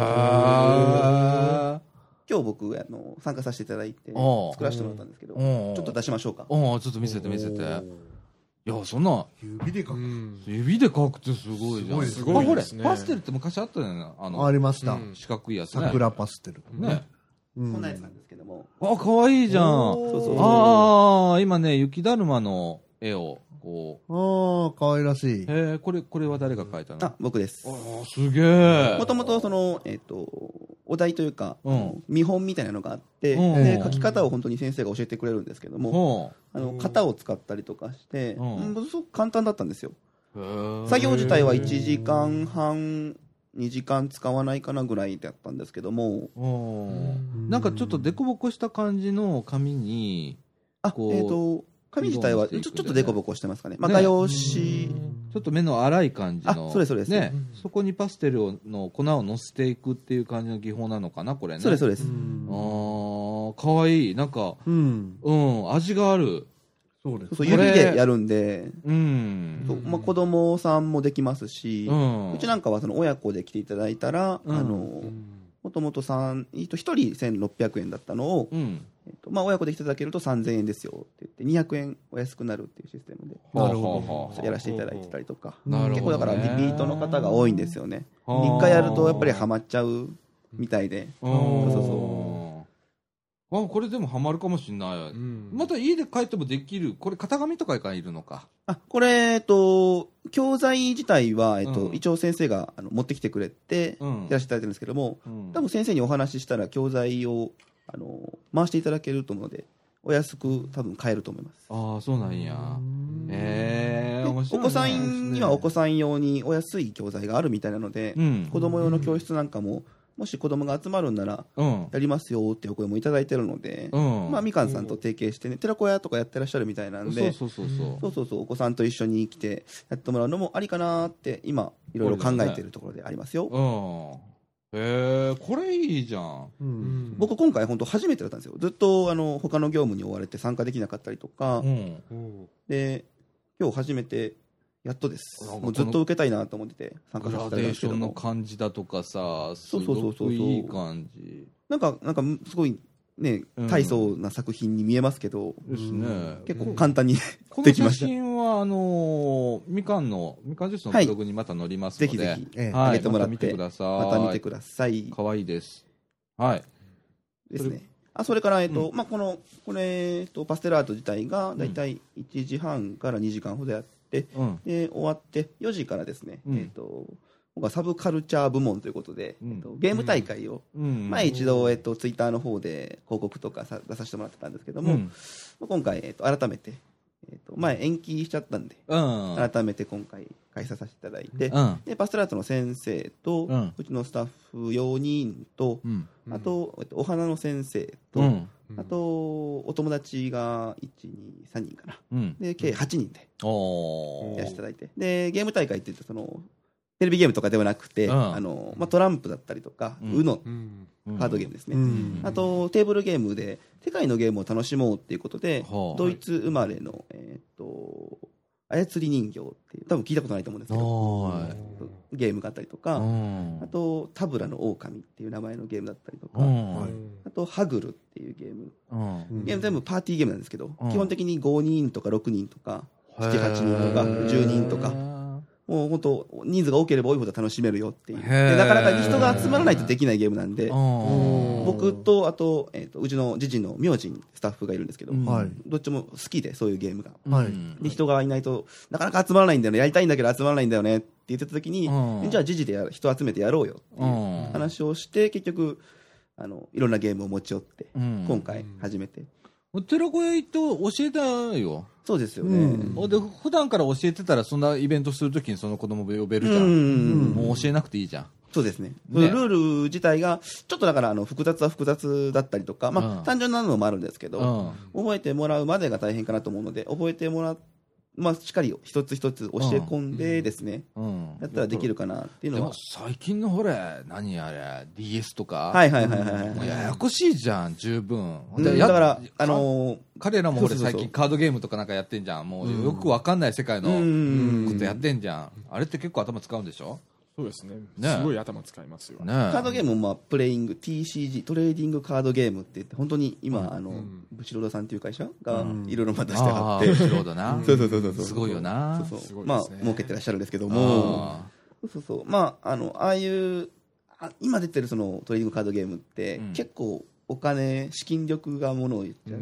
今日僕あの参加させていただいて作らせてもらったんですけど、ちょっと出しましょうか。 おちょっと見せて見せて。 いや、そんな。 指で書く。 指で書くってすごいじゃん。 すごいですね。 パステルって昔あったよね。 あの、ありました。 四角いやつね。 桜パステル。 ね。 こんなやつなんですけども。 あ、かわいいじゃん。そうそう。ああ、今ね、雪だるまの絵を、こう。ああ、かわいらしい。 へえ、これ、これは誰が描いたの？ あ、僕です。 ああ、すげえ。 もともとその、えっと、お題というか、見本みたいなのがあって、で、書き方を本当に先生が教えてくれるんですけども、あの、型を使ったりとかして、すごく簡単だったんですよ。作業自体はいちじかんはん、にじかん使わないかなぐらいだったんですけども、 なんかちょっとデコボコした感じの紙に、 あ、えっと、紙自体はちょっとデコボコしてますかね。まあ、画用紙。 ちょっと目の粗い感じの。 あ、そうです、そうです。 ね。そこにパステルの粉をのせていくっていう感じの技法なのかな、これね。 そうです、そうです。 ああ、かわいい。なんか、うん、うん、味がある。 そうです。そう、指でやるんで、うん。まあ、子供さんもできますし、うん、うちなんかはその親子で来ていただいたら、うん、あの、もともと一人せんろっぴゃくえんだったのを、うんえっとまあ、親子で来ていただけるとさんぜんえんですよって言ってにひゃくえんお安くなるっていうシステムでなるほどやらせていただいてたりとか、結構だからリピートの方が多いんですよね。一回やるとやっぱりハマっちゃうみたいで、そうそうそうあ、これでもハマるかもしれない、うん、また家で帰ってもできる。これ型紙とかがいるのか。 あ、これ、えっと、教材自体は、えっと、うん、一応先生があの持ってきてくれてやらせていただいてるんですけども、うん、多分先生にお話ししたら教材をあの回していただけると思うのでお安く多分買えると思います。 ああ、そうなんや。へえ、面白いね。 お子さんにはお子さん用にお安い教材があるみたいなので、うん、子供用の教室なんかももし子供が集まるんならやりますよっていうお声もいただいてるので、うん、まあみかんさんと提携してね、寺子屋とかやってらっしゃるみたいなんで、 そうそうそうそうそうそうそう、お子さんと一緒に来てやってもらうのもありかなって今いろいろ考えているところでありますよ。 うん、へえ、これいいじゃん。 うん、僕今回本当初めてだったんですよ。ずっとあの他の業務に追われて参加できなかったりとか、うん、で今日初めてやっとです。もうずっと受けたいなと思ってて参加させていただいたんですけども、 グラデーションの感じだとかさ、すごくいい感じ。 なんかなんかすごいね、大層な作品に見えますけど、 うん、ですね。 結構簡単にこの写真はあのみかんのみかんジュースのブログにまた載りますので、 はい、ぜひぜひ、ええ、 はい、 上げてもらって、 また見てください。 また見てください。 可愛いです。はい。 ですね。あ、それからえっと、うん、まあこのこれえっとパステルアート自体がだいたいいちじはんからにじかんほどやって、うん、で終わってよじからですね、うん、えっと僕はサブカルチャー部門ということで、うんえっと、ゲーム大会を、うん、前一度、えっと、ツイッターの方で広告とかさ出させてもらってたんですけども、うん、今回、えっと、改めて、えっと、前延期しちゃったんで、うん、改めて今回開催させていただいて、うん、でパステルアートの先生と、うん、うちのスタッフよにんと、うん、あと、えっと、お花の先生と、うんあとお友達がいちにさんにんかな、うん、で計はちにんでやらせていただいて、でゲーム大会っていってそのテレビゲームとかではなくて、うん、あのまあ、トランプだったりとか、うん、ウノ、うん、カードゲームですね、うん、あとテーブルゲームで世界のゲームを楽しもうっていうことで、うん、ドイツ生まれの、えー、っと操り人形っていう多分聞いたことないと思うんですけど、ゲームがあったりとか、あとタブラの狼っていう名前のゲームだったりとか、あとハグルっていうゲーム、ゲーム全部パーティーゲームなんですけど、基本的にごにんとかろくにんとかなな、はちにんとかじゅうにんとか、もう本当人数が多ければ多いほど楽しめるよっていう。でなかなか人が集まらないとできないゲームなんで、僕とあと、えー、とうちの次の名人スタッフがいるんですけど、うん、どっちも好きでそういうゲームが、はい、で人がいないとなかなか集まらないんだよね、やりたいんだけど集まらないんだよねって言ってた時に、うん、じゃあ次でや人集めてやろうよっていう話をして、結局あのいろんなゲームを持ち寄って、うん、今回初めて寺子屋行って教えたよ。 そうですよね、 うん、で普段から教えてたらそんなイベントするときにその子供呼べるじゃん、うん、もう教えなくていいじゃん。 そうですね。ね、ルール自体がちょっとだからあの複雑は複雑だったりとか、まあ、うん、単純なのもあるんですけど、うん、覚えてもらうまでが大変かなと思うので、覚えてもらっまあ、しっかり一つ一つ教え込んでですね、うんうん、やったらできるかなっていうのは。でも最近のほれ何あれ ディーエス とか、 はいはいはいはい、はい、 ややこしいじゃん十分、 うん、だからあのー、 彼らもほれ最近カードゲームとかなんかやってんじゃん。もうよくわかんない世界のことやってんじゃん、うん、あれって結構頭使うんでしょ。 そうですね。すごい頭使いますよ。 カードゲームもまあプレイング ティーシージー トレーディングカードゲームって言って本当に今あのブシロードさんっていう会社がいろいろまたしてはって、 ブシロードな。 そうそうそうそう。 すごいよな。 そうそう。まあ儲けてらっしゃるんですけども、そうそうそう。まああのああいう今出てるそのトレーディングカードゲームって結構お金資金力がものを言っちゃう、うん、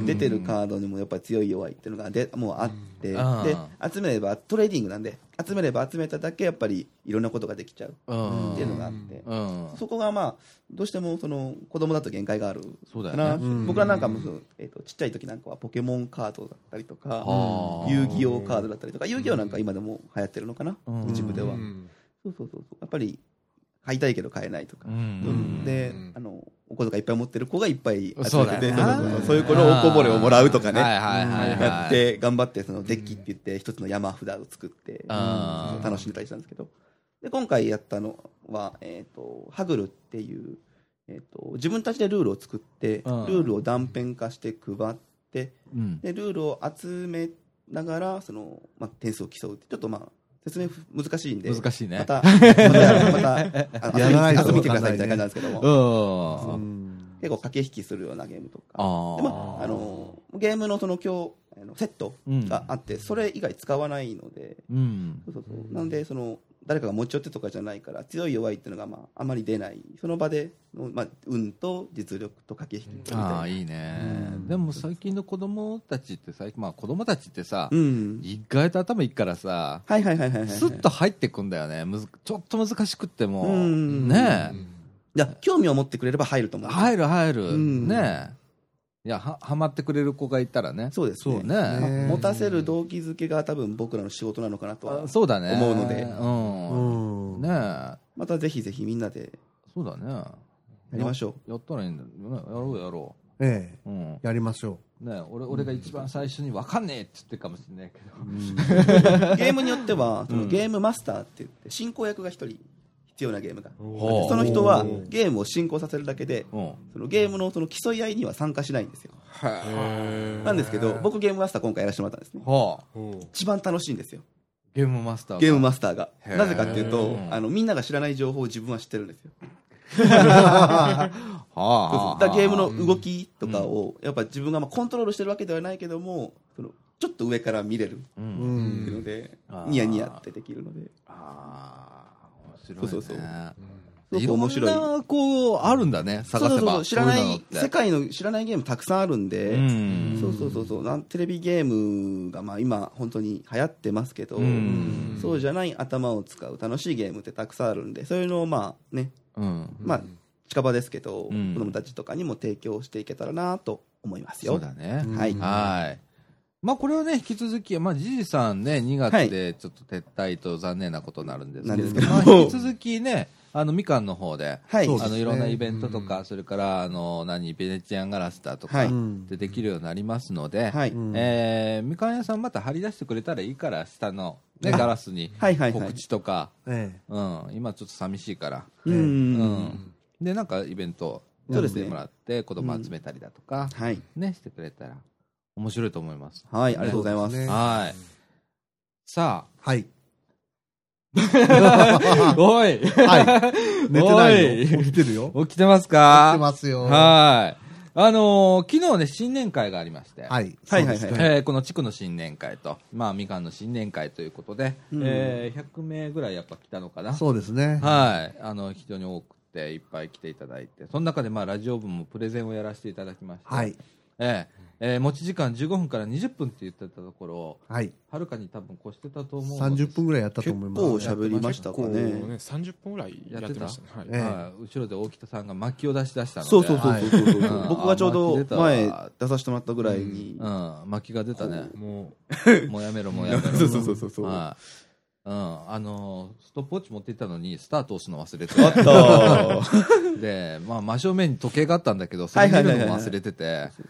出てるカードにもやっぱり強い弱いっていうのがでもうあって、うん、で集めればトレーディングなんで集めれば集めただけやっぱりいろんなことができちゃうっていうのがあって、うん、そこがまあどうしてもその子供だと限界があるかな。そうだよね、僕らなんかも、えー、とちっちゃい時なんかはポケモンカードだったりとか遊戯王カードだったりとか、遊戯王なんか今でも流行ってるのかな、一部では。そうそうそうそう、やっぱり買いたいけど買えないとか、うん、であのお小遣いいっぱい持ってる子がいっぱい集めてて、そういう子のおこぼれをもらうとかね、やって頑張ってそのデッキって言って一つの山札を作って楽しんでたりしたんですけど、で今回やったのは、えー、とハグルっていう、えー、と自分たちでルールを作ってルールを断片化して配って、うん、でルールを集めながらその、まあ、点数を競うってちょっとまあ説明難しいんで、 難しいね。 また、また、また、やらないと見てくださいみたいな感じなんですけども、結構駆け引きするようなゲームとか、でもあのゲームのその今日セットがあって、それ以外使わないので、そうそうそう、なんでその誰かが持ち寄ってとかじゃないから強い弱いっていうのがまああまり出ない、その場でのまあ運と実力と駆け引きみたいな。 ああいいね、うん、でも最近の子供たちって最近まあ子供たちってさ、うん、意外と頭いいからさ、 はいはいはいはいはい、 スッと入ってくんだよね。むずちょっと難しくっても、うん、ねえ、 いや興味を持ってくれれば入ると思う。 入る入る、うん、ねえ。いや は, はまってくれる子がいたらね。 そうですね。ね、持たせる動機づけが多分僕らの仕事なのかなとは思うので、うんうん、ねえ、またぜひぜひみんなでそうだねやりましょう。やったらいいんだよね。やろうやろう。ええ、うん、やりましょう。ねえ、俺俺が一番最初に分かんねえって言ってるかもしれないけど、うん、 ゲームによってはそのゲームマスターって言って進行役が一人必要なゲームが、その人はゲームを進行させるだけで、そのゲームのその競い合いには参加しないんですよ。なんですけど僕ゲームマスター今回やらせてもらったんですね。一番楽しいんですよ、 ゲームマスターが。 ゲームマスターがなぜかっていうと、あのみんなが知らない情報を自分は知ってるんですよ。だゲームの動きとかをやっぱ自分がまあコントロールしてるわけではないけども、そのちょっと上から見れるっていうので、ニヤニヤってできるので、 そうそうそう、 すごく面白い。 いろんなこうあるんだね。探せば。そうそうそう、 知らない世界の知らないゲームたくさんあるんで、うんそうそうそうそうなんテレビゲームがまあ今本当に流行ってますけど、うんそうじゃない頭を使う楽しいゲームってたくさんあるんで、そういうのをまあね、うん、まあ近場ですけど、うん、子供たちとかにも提供していけたらなと思いますよ。 そうだね。 はい。 はい。まあこれはね引き続き、まあじじさんねにがつでちょっと撤退と残念なことになるんですけど、はい、まあ引き続きねあのみかんの方で、はい、あのいろんなイベントとか、うん、それからあの何ベネチアンガラスだとか、はい、でできるようになりますので、はいえー、みかん屋さんまた張り出してくれたらいいから下の、ね、ガラスに告知とか、はいはいはいうん、今ちょっと寂しいから、うんうん、でなんかイベントやってもらって、ね、子供集めたりだとか、うんはいね、してくれたら面白いと思います。 はい、ありがとうございます。ね、 はい。さあ。 はい。 おい。 はい。寝てないよ。起きてるよ。 起きてますか？ 起きてますよ。 はい。あのー、昨日ね、新年会がありまして。 はい。 はいはいはい。 えー、この地区の新年会と、まあ、みかんの新年会ということで、うん、えー、ひゃくめいぐらいやっぱ来たのかな。 そうですね。 はい。あの、非常に多くて、いっぱい来ていただいて、その中でまあ、ラジオ部もプレゼンをやらせていただきまして。 はい。 えーえー、持ち時間じゅうごふんからにじゅっぷんって言ってたところを、 はい、 はるかに多分越してたと思う。 さんじゅっぷんぐらいやったと思います。 結構喋りましたかね。 さんじゅっぷんぐらいやってましたね。 はいはい、後ろで大北さんが巻きを出し出したので、 そうそうそうそうそう、はい、僕がちょうど前出させてもらったぐらいに、 うん、うん、巻きが出たね。 もうもうやめろもうやめろ。 そうそうそうそうそう。 はい、うん、あのストップウォッチ持っていったのにスタート押すの忘れてあったで、まあ、真正面に時計があったんだけどそれ見るのも忘れてて、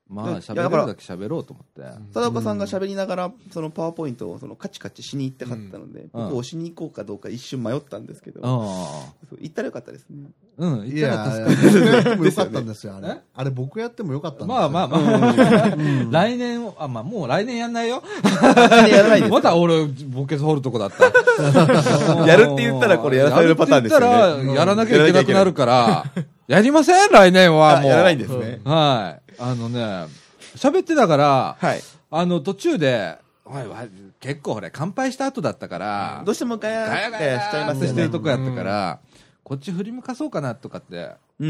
まあ喋れるだけ喋ろうと思って貞岡さんが喋りながらそのパワーポイントをそのカチカチしに行ってかったので、うん、僕押しに行こうかどうか一瞬迷ったんですけど、うん、行ったらよかったですね。 うん行ったら助かる。よかったんですよあれ。あれ僕やってもよかったんですよ。 まあまあまあ、うん、来年あまあもう来年やんないよ。やらないです。また俺ボケ掘るとこだった。 やるって言ったらこれやらされるパターンですよね。 やるって言ったらやらなきゃいけなくなるから。やりません来年はもう。 やらないんですね。 はい。あのね、喋ってたから、 はい、 あの途中で、結構ほれ、乾杯した後だったから、 うん、どうしてもガヤガヤガヤしちゃいますしてるとこやったから、うん、こっち振り向かそうかなとかって、 うん、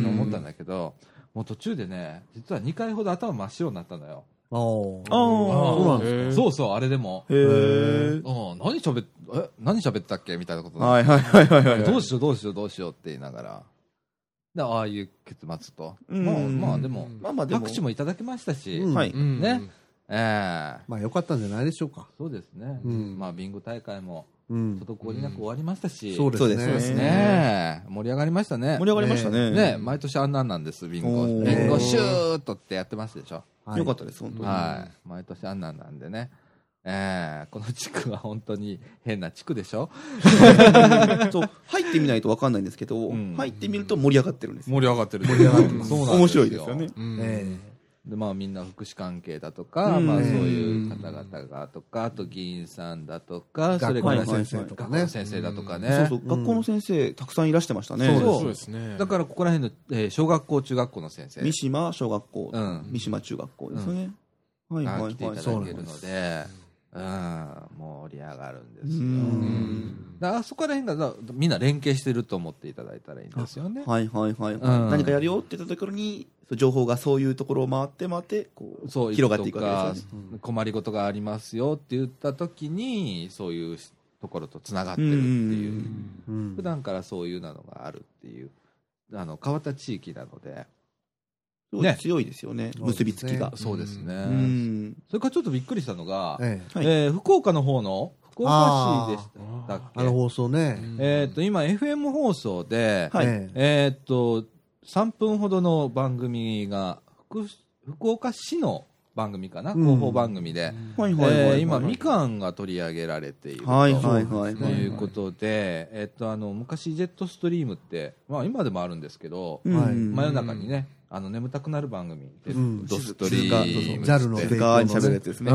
思ったんだけど、もう途中でね、実はにかいほど頭真っ白になったのよ。 ああ、そうなんですか。そうそう、あれでも。 へえ。 何喋っ、え、何喋ったっけみたいなこと。 はいはいはいはい。 どうしようどうしようどうしようって言いながら。でああいう結末と、まあまあでも、まあまあでも拍手もいただきましたし、 はいね、ええまあ良かったんじゃないでしょうか。 そうですね。まあビンゴ大会も滞りなく終わりましたし、 そうですね。盛り上がりましたね。 盛り上がりましたね。 ね、毎年あんなんなんですビンゴ、ビンゴシュートってやってますでしょ。 よかったです本当に。 はい、毎年あんなんなんでね。えー、この地区は本当に変な地区でしょ。 そう入ってみないと分かんないんですけど、うん、入ってみると盛り上がってるんです。 盛り上がってる。 盛り上がってる。 そうなんですよ。 面白いですよね。 うんえー、でまあみんな福祉関係だとか、うん、まあそういう方々がとか、あと議員さんだとか、それから先生とかね、 先生だとかね。 そうそう、学校の先生たくさんいらしてましたね。 そうですね。だからここら辺の、えー、小学校中学校の先生。 三島小学校、うん、三島中学校ですね。 はいはいはい。来ていただけるので。うん、盛り上がるんですよ。うんだあそこら辺がみんな連携してると思っていただいたらいいんですよね。 はいはいはい、はいうん、何かやるよって言ったところに情報がそういうところを回って回ってこうそう広がっていくわけですよね。 うん、困りごとがありますよって言った時にそういうところとつながってるっていう、うん、普段からそういうのがあるっていうあの変わった地域なので。 ね、強いですよね、結びつきが。 そうですね。うん、それからちょっとびっくりしたのが、ええはいえー、福岡の方の福岡市でしたっけ。 あの放送ね。 えっと今 エフエム 放送で、はい、えっとさんぷんほどの番組が 福, 福岡市の番組かな、うん、広報番組で、今みかんが取り上げられているということで、えっとあの昔ジェットストリームって、まあ今でもあるんですけど、うん、真夜中にね。あの眠たくなる番組で、うん、ドストリームジャルのベガーに喋るやつですね。 うん、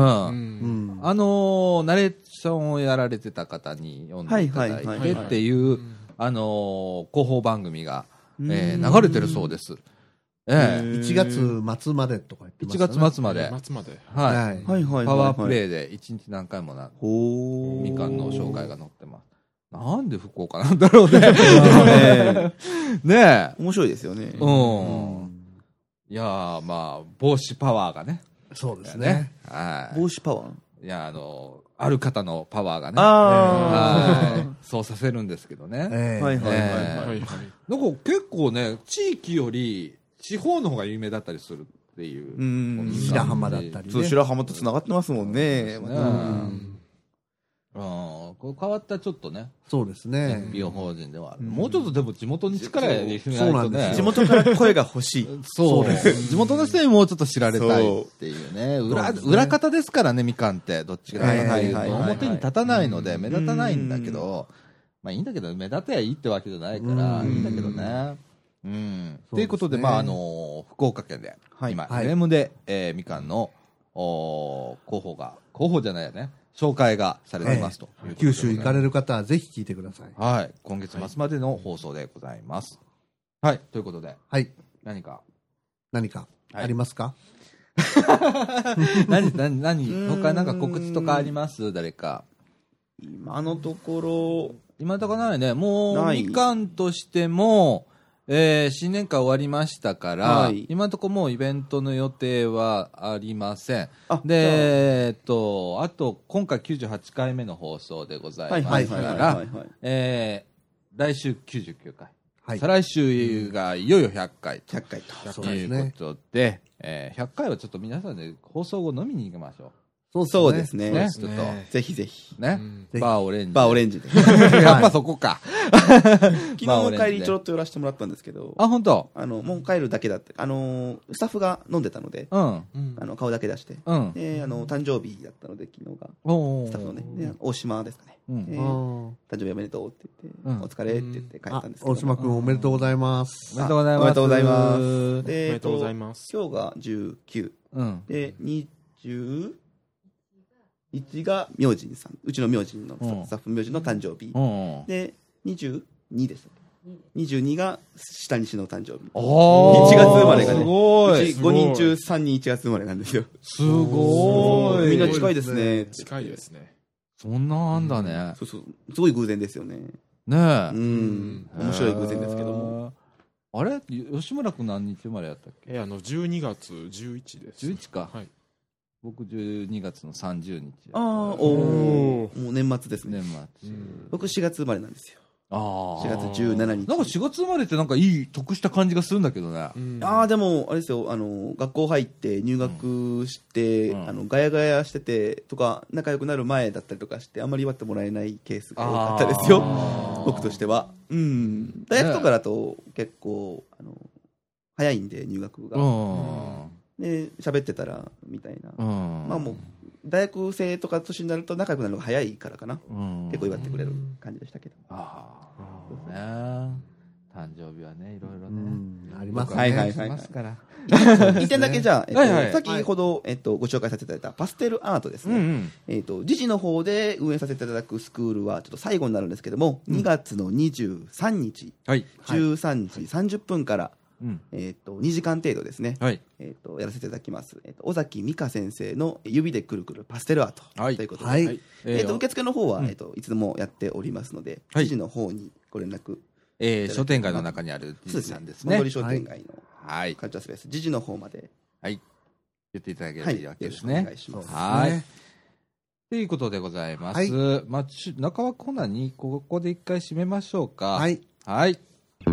あのー、ナレーションをやられてた方に読んでいただいてっていうあのー、広報番組が、えー、流れてるそうです。 えー、いちがつ末までとか言ってましたね。 いちがつ末まで。 末まで。 はい。はいはいはい、パワープレイでいちにち何回もな、みかんの紹介が載ってます。なんで福岡なんだろうね。ねえ。 面白いですよね。 うん。うんいやーまあ帽子パワーがねそうですねはい帽子パワーいやあのある方のパワーがねあ、 えー、そうさせるんですけどね、 えー、はいはいはいはい、 えー、なんか結構ね地域より地方の方が有名だったりするっていううん白浜だったりねそう白浜とつながってますもんねそうですね、うんうん、こう変わったちょっとねそうですねエヌピーオー 法人ではある、うん、もうちょっとでも地元に力入れてないとね地元から声が欲しいそうです地元の人にもうちょっと知られたいっていうね裏、ね、裏方ですからねみかんってどっちかというと表に立たないので目立たないんだけどまあいいんだけど目立てばいいってわけじゃないからいいんだけどねうんということでまああの福岡県で今 エフエム でえみかんの広報が広報じゃないよね紹介がされていますと、 えー、九州行かれる方はぜひ聞いてください。 はい、今月末までの放送でございます。はい、はい、ということで、 はい、 何か何かありますか？ はい、何何何他なんか告知とかあります？誰か。 今のところ今のところないね。もうみかんとしても。えー、新年会終わりましたから、はい、今のところもうイベントの予定はありません。で、えー、っと、あと、今回きゅうじゅうはちかいめの放送でございますから、来週きゅうじゅうきゅうかい、はい、再来週がいよいよひゃっかいということで、で、ねえー、ひゃっかいはちょっと皆さんで放送後飲みに行きましょう。 そうですね。 ねちょっと、ぜひぜひ。 ね。バーオレンジ。 バーオレンジで。 やっぱそこか。 昨日の帰りちょろっと寄らせてもらったんですけど。 あ、本当。 あの、もう帰るだけだって。あの、スタッフが飲んでたので、うん。あの、顔だけ出して。うん。で、あの、誕生日だったので、昨日が。スタッフのね、大島ですかね。うん。誕生日おめでとうって言って、お疲れって言って帰ったんですけど。 大島くんおめでとうございます。 おめでとうございます。 おめでとうございます。 おめでとうございます。 今日がじゅうきゅう。うん。で、にじゅう、いちが明神さん、うちの明神のスタッフ明神の誕生日、うん、でにじゅうにです。にじゅうにが下西の誕生日。いちがつ生まれがね、すごい。うちごにん中さんにんいちがつ生まれなんですよ。 すごい。 みんな近いですね。 近いですね。 そんなあんだね。 そうそう。すごい偶然ですよね。 ねうえ。 ん。面白い偶然ですけども。 あれ吉村君何日生まれやったっけ？ え、あのじゅうにがつじゅういちです。 じゅういちか。 はい。 僕じゅうにがつのさんじゅうにち。 ああ、おお。もう年末ですね。 年末。 僕しがつ生まれなんですよ。 ああ。 しがつじゅうしちにち。 なんかしがつ生まれってなんかいい得した感じがするんだけどね。 ああ、でも、あれですよ、あの、学校入って入学して、あの、ガヤガヤしててとか、仲良くなる前だったりとかして、あんまり祝ってもらえないケースが多かったですよ。僕としては。うん。大学とかだと結構、あの、早いんで、入学が。で喋ってたらみたいな、うん、まあもう大学生とか年になると仲良くなるのが早いからかな、うん、結構祝ってくれる感じでしたけど、ああ、ね、誕生日はねいろいろね、 うん、ありますね、 はいはいはい、 ますからいってんだけじゃあ、えっとはいはい、先ほど、えっと、ご紹介させていただいたパステルアートですね、うんうん、えっと時事の方で運営させていただくスクールはちょっと最後になるんですけども、うん、にがつのにじゅうさんにち、はい、じゅうさんじさんじゅっぷんからうん、えー、とにじかん程度ですね、はい、えー、とやらせていただきます、えー、と尾崎美香先生の指でくるくるパステルアート、はい、ということで、はい、えー、と受付の方は、うん、えー、といつでもやっておりますので、はい、記事の方にご連絡、 えー、商店街の中にある時事なんですね。 本通商店街のカルチャースペース、時事の方まで、 はい、言っていただければいいわけですね。 はい、よろしくお願いします。 はい。ということでございます。はい、まあ、中枠コーナーにここで一回締めましょうか。はい。はい。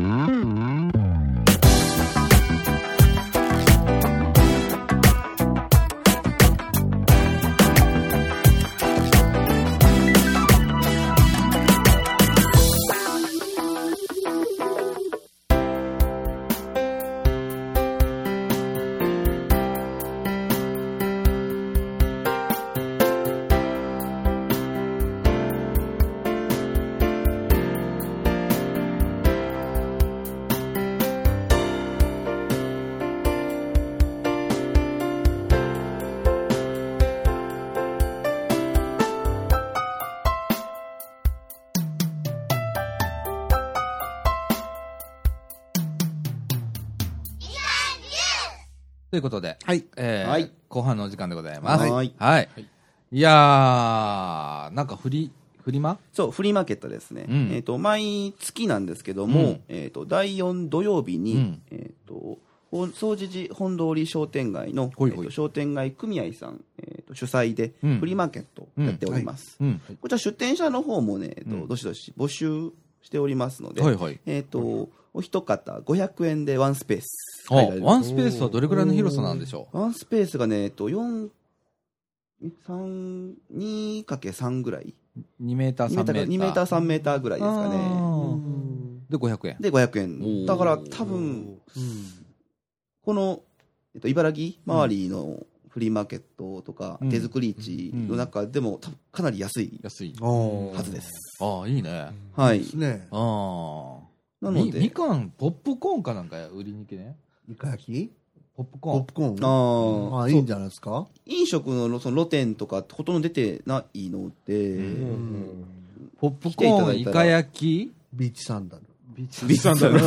ということで、はいえーはい、後半のお時間でございます。はい、はい、いやー、なんかフリフリマそうフリーマーケットですね。うん、えっ、ー、と毎月なんですけども、うん、えっ、ー、とだいよん土曜日に、うん、えっ、ー、と総持寺本通り商店街のほいほい、えー、と商店街組合さん、えー、と主催でフリーマーケットをやっております。うんうんはい、こちら出店者の方もね、えーとうん、どしどし募集しておりますので、はいはい、えっ、と、はい、お一方ごひゃくえんでワンスペース。 ワンスペースはどれくらいの広さなんでしょう？ ワンスペースがね、えっと、よん、さん、にかけさんぐらい。 にメーターさんメーター。 にメーターさんメーターぐらいですかね。 で、ごひゃくえん。 で、ごひゃくえん。だから多分、この、えっと、茨城周りのフリーマーケットとか、手作り市の中でも、かなり安い。安い。はずです。 ああ、いいね。 はい。 ですね。 ああ。なのでみかんポップコーンかなんか売りに行けね。 イカ焼きポップコーン。 ポップコーン。ああ、いいんじゃないですか。 飲食のその露店とかほとんど出てないので、 ポップコーン、イカ焼き、 ビーチサンダル。 ビーチサンダル。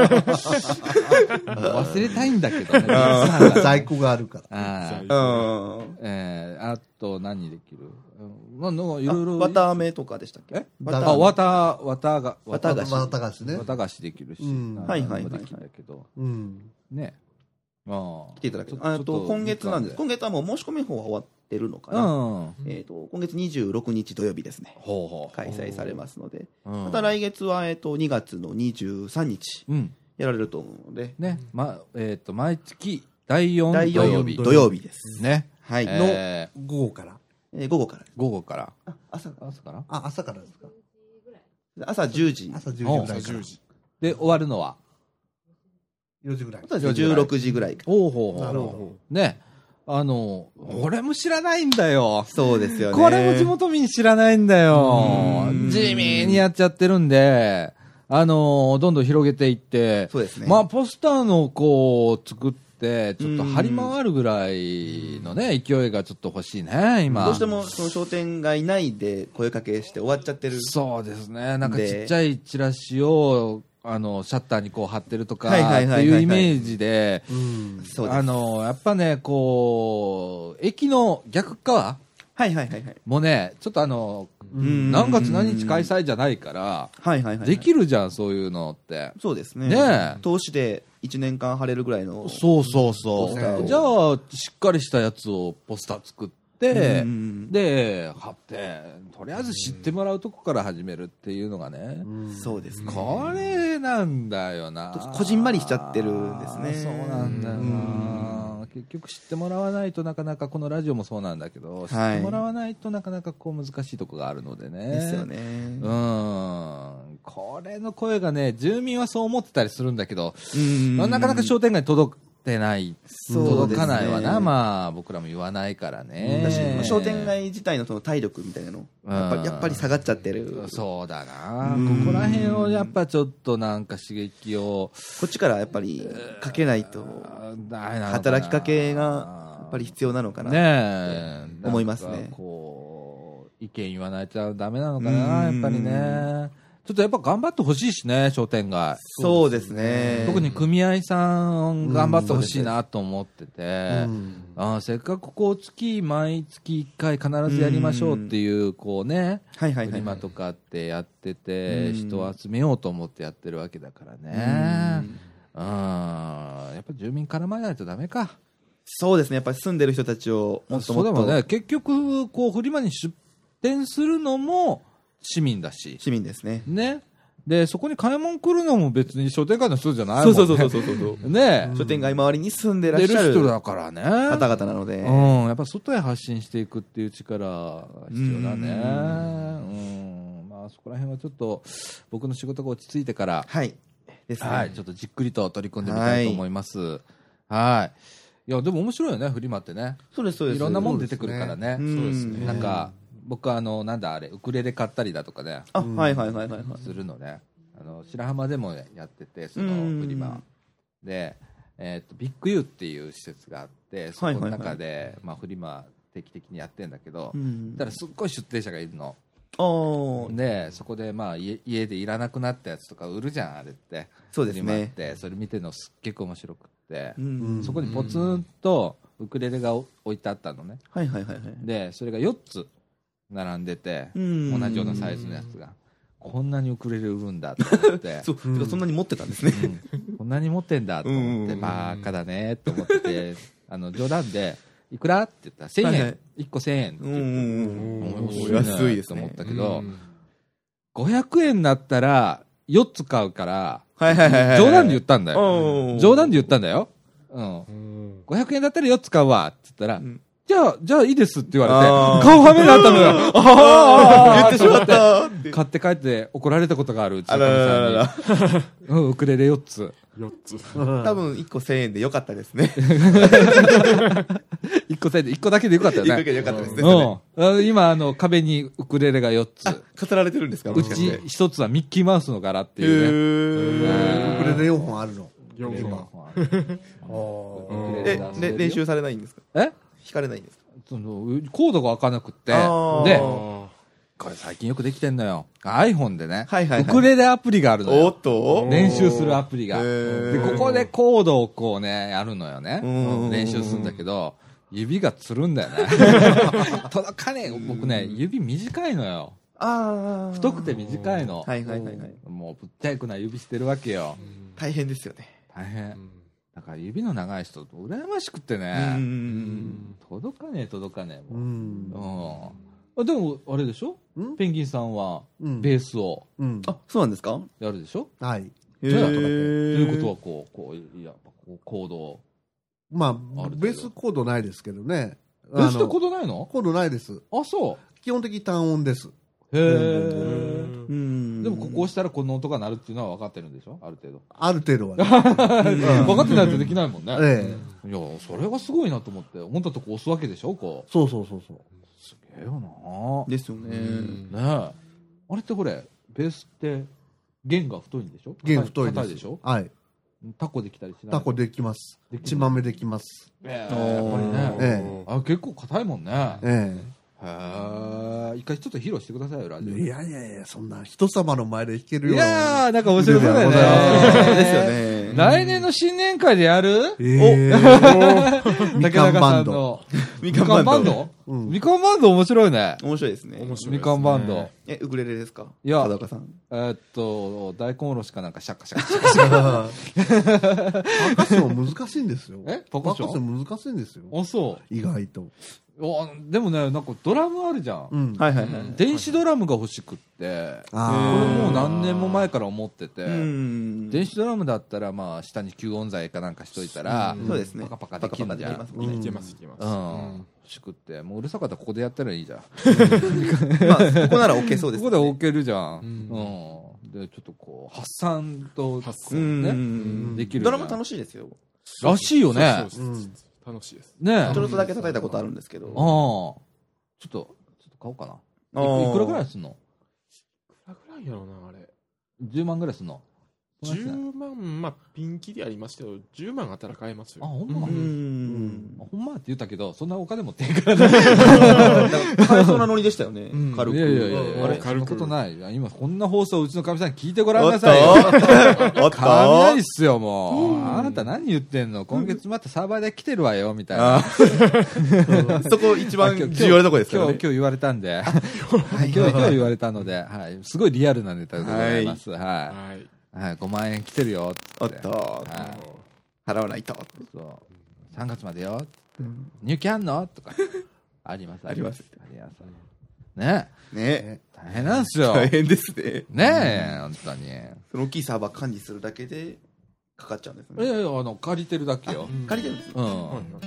忘れたいんだけどね。 在庫があるから。 ああ。えー、あと何できる？まあ、いろいろ。 綿あめとかでしたっけ？ あ、綿、綿が、 綿菓子。 綿菓子ね。 綿菓子できるし。 はいはいはい。 できるんだけど。ね。 ああ。来ていただける。あと、今月なんです。今月はもう申し込み方は終わってるのかな。えっと、今月にじゅうろくにち土曜日ですね。開催されますので。また来月は、えっと、にがつのにじゅうさんにち。やられると思うので。 ね。ま、えっと、毎月だいよん土曜日。 土曜日です。 ね。 はい。の午後から。 えー、午後から。 午後から。 あ、朝朝からあ、朝からですか。 朝じゅうじ。 朝じゅうじぐらいから。 で、終わるのはよじぐらい。 そうですね、じゅうろくじぐらい。 おうほうほう。なるほど。ね。あの、俺も知らないんだよ。 そうですよね。 これも地元民知らないんだよ。地味にやっちゃってるんで、あの、どんどん広げていって、 そうですね。 まあ、ポスターのこう、作って、ちょっと張り回るぐらいのね、勢いがちょっと欲しいね、今。 どうしても、その商店街内で声かけして終わっちゃってる。 そうですね。なんかちっちゃいチラシを、あのシャッターにこう貼ってるとかっていうイメージで、あのやっぱねこう駅の逆側はいはいはいはいもうねちょっとあの何月何日開催じゃないからできるじゃんそういうのって。 そうですね。ね投資でいちねんかん貼れるぐらいの。 そうそうそうじゃあしっかりしたやつをポスター作ってで、で貼ってとりあえず知ってもらうとこから始めるっていうのがね、 そうですね。 これなんだよな。 こじんまりしちゃってるんですね。 そうなんだよな。結局知ってもらわないとなかなかこのラジオもそうなんだけど、知ってもらわないとなかなかこう難しいとこがあるのでね。 ですよね。 うん。これの声がね住民はそう思ってたりするんだけど、なかなか商店街に届くてない届かないわな、まあ僕らも言わないからね。 商店街自体のその体力みたいなのやっぱりやっぱり下がっちゃってる。 そうだな。ここら辺をやっぱちょっとなんか刺激をこっちからやっぱりかけないと働きかけがやっぱり必要なのかなって思いますね。 こう意見言わないとダメなのかなやっぱりね。ちょっとやっぱ頑張ってほしいしね、商店街。 そうですね。 特に組合さん頑張ってほしいなと思ってて、うん、あせっかくこう月、毎月いっかい必ずやりましょうっていう、こうね、フリマとかってやってて、人を集めようと思ってやってるわけだからね。うん、やっぱ住民絡まないとダメか。 そうですね、やっぱり住んでる人たちをもっともっと。 そうでもね、結局、こうフリマに出店するのも、市民だし市民ですね。 ね。でそこに買い物来るのも別に商店街の人じゃないもんね。 そうそうそうそうそうね。商店街周りに住んでらっしゃる人だからね。 方々なので、 うん、やっぱ外へ発信していくっていう力が必要だね。うん、まあそこら辺はちょっと僕の仕事が落ち着いてからはいですね。 はい、ちょっとじっくりと取り組んでみたいと思います。はい。はい、いやでも面白いよねフリマってね。 そうですそうです。 いろんなもん出てくるからね。 そうですね。 なんか。僕はあのなんだあれウクレレ買ったりだとかねあ、はいはいはいはいするのね。あの白浜でもやっててそのフリマで、えー、とビッグユーっていう施設があってそこの中で、はいはいはい、まあ、フリマ定期的にやってんだけど、だからすっごい出店者がいるの。でそこでまあ 家, 家でいらなくなったやつとか売るじゃんあれって。 そうですね。 ってそれ見てるのすっげえ面白くって、そこにポツンとウクレレが置いてあったのね。 はいはいはいはい。 でそれがよっつ並んでて同じようなサイズのやつがこんなにウクレレ売るんだと思ってそう、うん、そんなに持ってたんですね、 うん、こんなに持ってんだと思ってバカだねって思っててあの冗談でいくらって言ったらせんえん、はいはい、いっこせんえんって言って、うん、 安いですと思ったけど、うん、ごひゃくえんだったらよっつ買うから、 はいはいはいはい、 冗談で言ったんだよ冗談で言ったんだよ、うん、ごひゃくえんだったらよっつ買うわって言ったら、うんじゃあ、じゃあいいですって言われて、顔はめになったのよ。 ああ言ってしまった。 買って帰って怒られたことがあるうちのかみさんに。うん、ウクレレよっつ。 よっつ。 多分いっこせんえんでよかったですね。 いっこせんえんで、いっこだけでよかったよね。 いっこだけでよかったですね。 うん。今、あの、壁にウクレレがよっつ。 飾られてるんですか？ うちひとつはミッキーマウスの柄っていうね。ウクレレよんほんあるの。 よんほん。 え、練習されないんですか？ え弾かれないんですか？ そのコードが開かなくってでこれ最近よくできてんのよ iPhone でね、 はいはいはい、 ウクレレアプリがあるのよ。 おっと練習するアプリがでここでコードをこうねやるのよね。練習するんだけど指がつるんだよね届かねえ。僕ね指短いのよ。 あ太くて短いの。 はいはいはいはい。 もうぶっちゃくな指してるわけよ。 大変ですよね。 大変。だから指の長い人と羨ましくてね、うん、届かねえ届かねえもう、うんうん、でもあれでしょペンギンさんはベースを、 うん、あそうなんですかやるでしょ。 はいじゃあということはこうこうやっぱこうコードまあベースコードないですけどねベースってコードないの？ コードないです。 あ、そう。 基本的に単音です。 へー。うん。でもここ押したらこの音が鳴るっていうのは分かってるんでしょ？ある程度。 ある程度はね。 分かってないとできないもんね。 ええ。いや、それがすごいなと思って、思ったとこ押すわけでしょ？こう。そうそうそうそう。 すげえよな。 ですよね。 ねえ。あれってこれ、ベースって弦が太いんでしょ？ 弦太いです。 硬いでしょ？ はい。 タコできたりしない？ タコできます。血豆できます。 ええ。やっぱりね。ええ。あ、結構硬いもんね。 ええ。 へえ。一回ちょっと披露してくださいよ、ラジオ。 いやいやいや、そんな人様の前で弾けるような。いやー、なんか面白そうだよね。 ですよね。 来年の新年会でやる？ えおみかんバンド。 みかんバンド？ みかんバンド面白いね。 面白いですね。 面白い。 みかんバンド。 え、ウクレレですか？ いや、 片岡さん。 えっと、大根おろしかなんかシャッカシャッカシャッカシャッカ。 パーカッション難しいんですよ。 えパーカッション難しいんですよ。 あ、そう。 意外と。 でもね、なんかドラムあるじゃん。 うん、 はいはいはい。 電子ドラムが欲しくって、これもう何年も前から思ってて、電子ドラムだったら、まあ、下に吸音材かなんかしといたら、 そうですね。 パカパカできるじゃん。 いけます、いけます。 うん。欲しくって、もううるさかったらここでやったらいいじゃん。 まあ、ここなら置けそうですね。 ここで置けるじゃん。うん。で、ちょっとこう、発散と、ね、できる。 ドラム楽しいですよ。 らしいよね。 楽しいです。 ねえ。 ちょっとだけ叩いたことあるんですけど。 ああ。ちょっと、ちょっと買おうかな。いくらぐらいすんの？ いくらぐらいやろうな、あれ。 じゅうまんぐらいすんの？ じゅうまん、まあ、ピンキリありますけど、じゅうまんあったら買えますよ。 あ、ほんま？ うん。 ほんまって言ったけど、そんなお金持ってんからね。 買えそうなノリでしたよね。軽く。 いやいやいや、あれ、そんなことない。今、こんな放送、うちのかみさん聞いてごらんなさいよ。 おっと雷っすよ、もう。あなた何言ってんの？今月またサーバーで来てるわよ、みたいな。 そこ一番重要なとこですからね。 今日、今日言われたんで。今日、今日言われたので、はい。すごいリアルなネタでございます。はい。はい、ごまんえん来てるよって。 おっと、はい、払わないと。 そう。さんがつまでよ。うん、入金あんのとか。あります、 あります。 あります。ねね大変なんですよ。 大変ですね。 ねえ、本当に。 その大きいサーバー管理するだけでかかっちゃうんですね。 いやいや、あの、借りてるだけよ。 借りてるんですうん。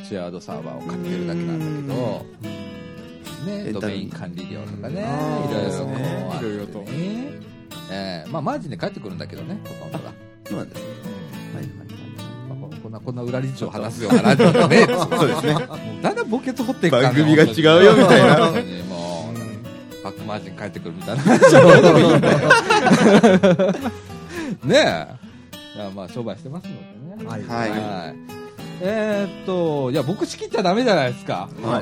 シェアードサーバーを借りてるだけなんだけど、ね、ドメイン管理料とかね、いろいろこうあるとね。えー、まあマージンで帰ってくるんだけどね、ほとんどが。 そうなんですね。はいはいはい。まあ、こんな、こんな裏事情を話すようなラジオだね。 そうですね。 だんだんボケと掘っていくから番組が違うよみたいな。 もう、バックマージン帰ってくるみたいな話をいいんだよ。ねえ。まあ商売してますのでね。 はい。 はい。 えーっと、いや、僕仕切っちゃダメじゃないですか。 はい。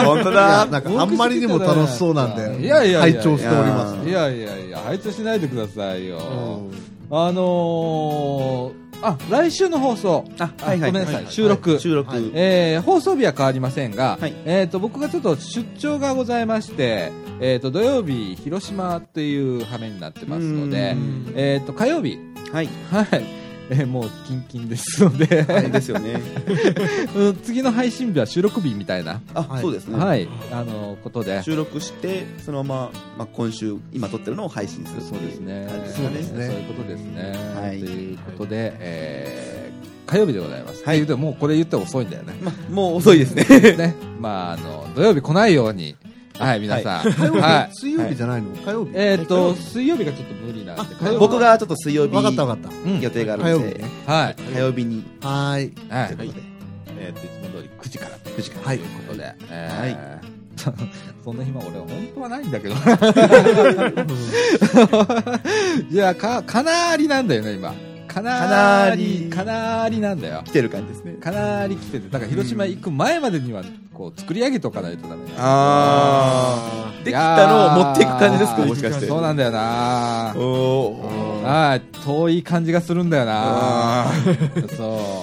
本当だ。 なんかあんまりにも楽しそうなんで、 いやいや拝聴しております。 いやいやいや、拝聴しないでくださいよ。あのー、あ、来週の放送。 あ、はいはい。 ごめんなさい。収録。 収録。 えー、放送日は変わりませんが、 はい、 えーっと、僕がちょっと出張がございまして、えーっと、土曜日、広島っていう羽目になってますので、えーっと、火曜日。 はい。 はい。えー、もうキンキンですので、 はい、ですよね。 次の配信日は収録日みたいな、 あ、はい、そうですね。 はい、あのことで収録してそのまま、まあ、今週今撮ってるのを配信する。 そうですね。 そうですね。 そういうことですね。 はい。 ということで、えー、火曜日でございます。はい。でもうこれ言って遅いんだよね。 まあ、もう遅いですね。 ね。まああの土曜日来ないように。はい、皆さん。 はい。水曜日じゃないの？火曜日。 えっと、水曜日がちょっと無理なんで。 僕がちょっと水曜日。 わかったわかった。 予定があるんで。 はい。 火曜日に。 はい。 はい。えっと、いつも通りくじから。くじから。 はい。 ということで。 はい。 そんな暇俺は本当はないんだけど。いや、か、かなりなんだよね、今。かなり、かなりなんだよ。 来てる感じですね。 かなり来てて、だから広島行く前までには、こう、作り上げとかないとダメだ。 あー。できたのを持っていく感じですか、もしかして。 そうなんだよなおー。あー、遠い感じがするんだよなそう。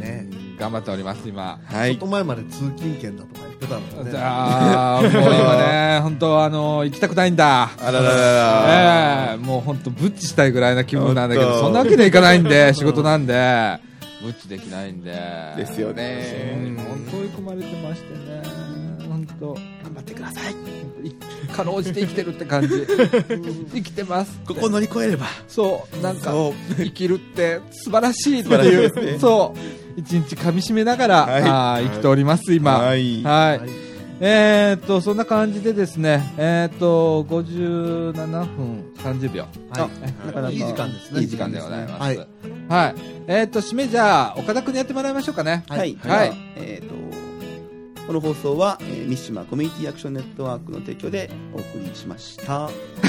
ね。 頑張っております、今。 はい。ちょっと前まで通勤券だとか言ってたのでね。 ああ、もう今ね、本当あの、行きたくないんだ。 あらららら。 ええ、もう本当ブッチしたいぐらいな気分なんだけど、そんなわけでいかないんで、仕事なんで、ブッチできないんで。 ですよね。 本当追い込まれてましてね。本当頑張ってください。 かろうじて生きてるって感じ。生きてます。 ここ乗り越えれば。 そう、なんか、生きるって素晴らしいっていう。そう。 一日噛み締めながら、はい、あ生きております今。 はい。 はい。えー、っとそんな感じでですね、えー、っとごじゅうななふんさんじゅうびょう。 はい。なかなかいい時間ですね。 いい時間でございます。はい。はい、えー、っと締めじゃあ岡田君にやってもらいましょうかね。 はい。はい。えー、っとこの放送は、えー、三島コミュニティアクションネットワークの提供でお送りしました。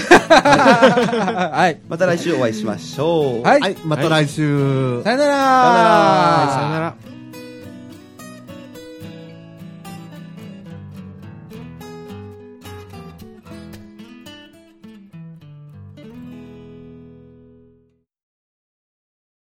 はい。また来週お会いしましょう。 はい。はい、また来週。 さよなら。 さよなら。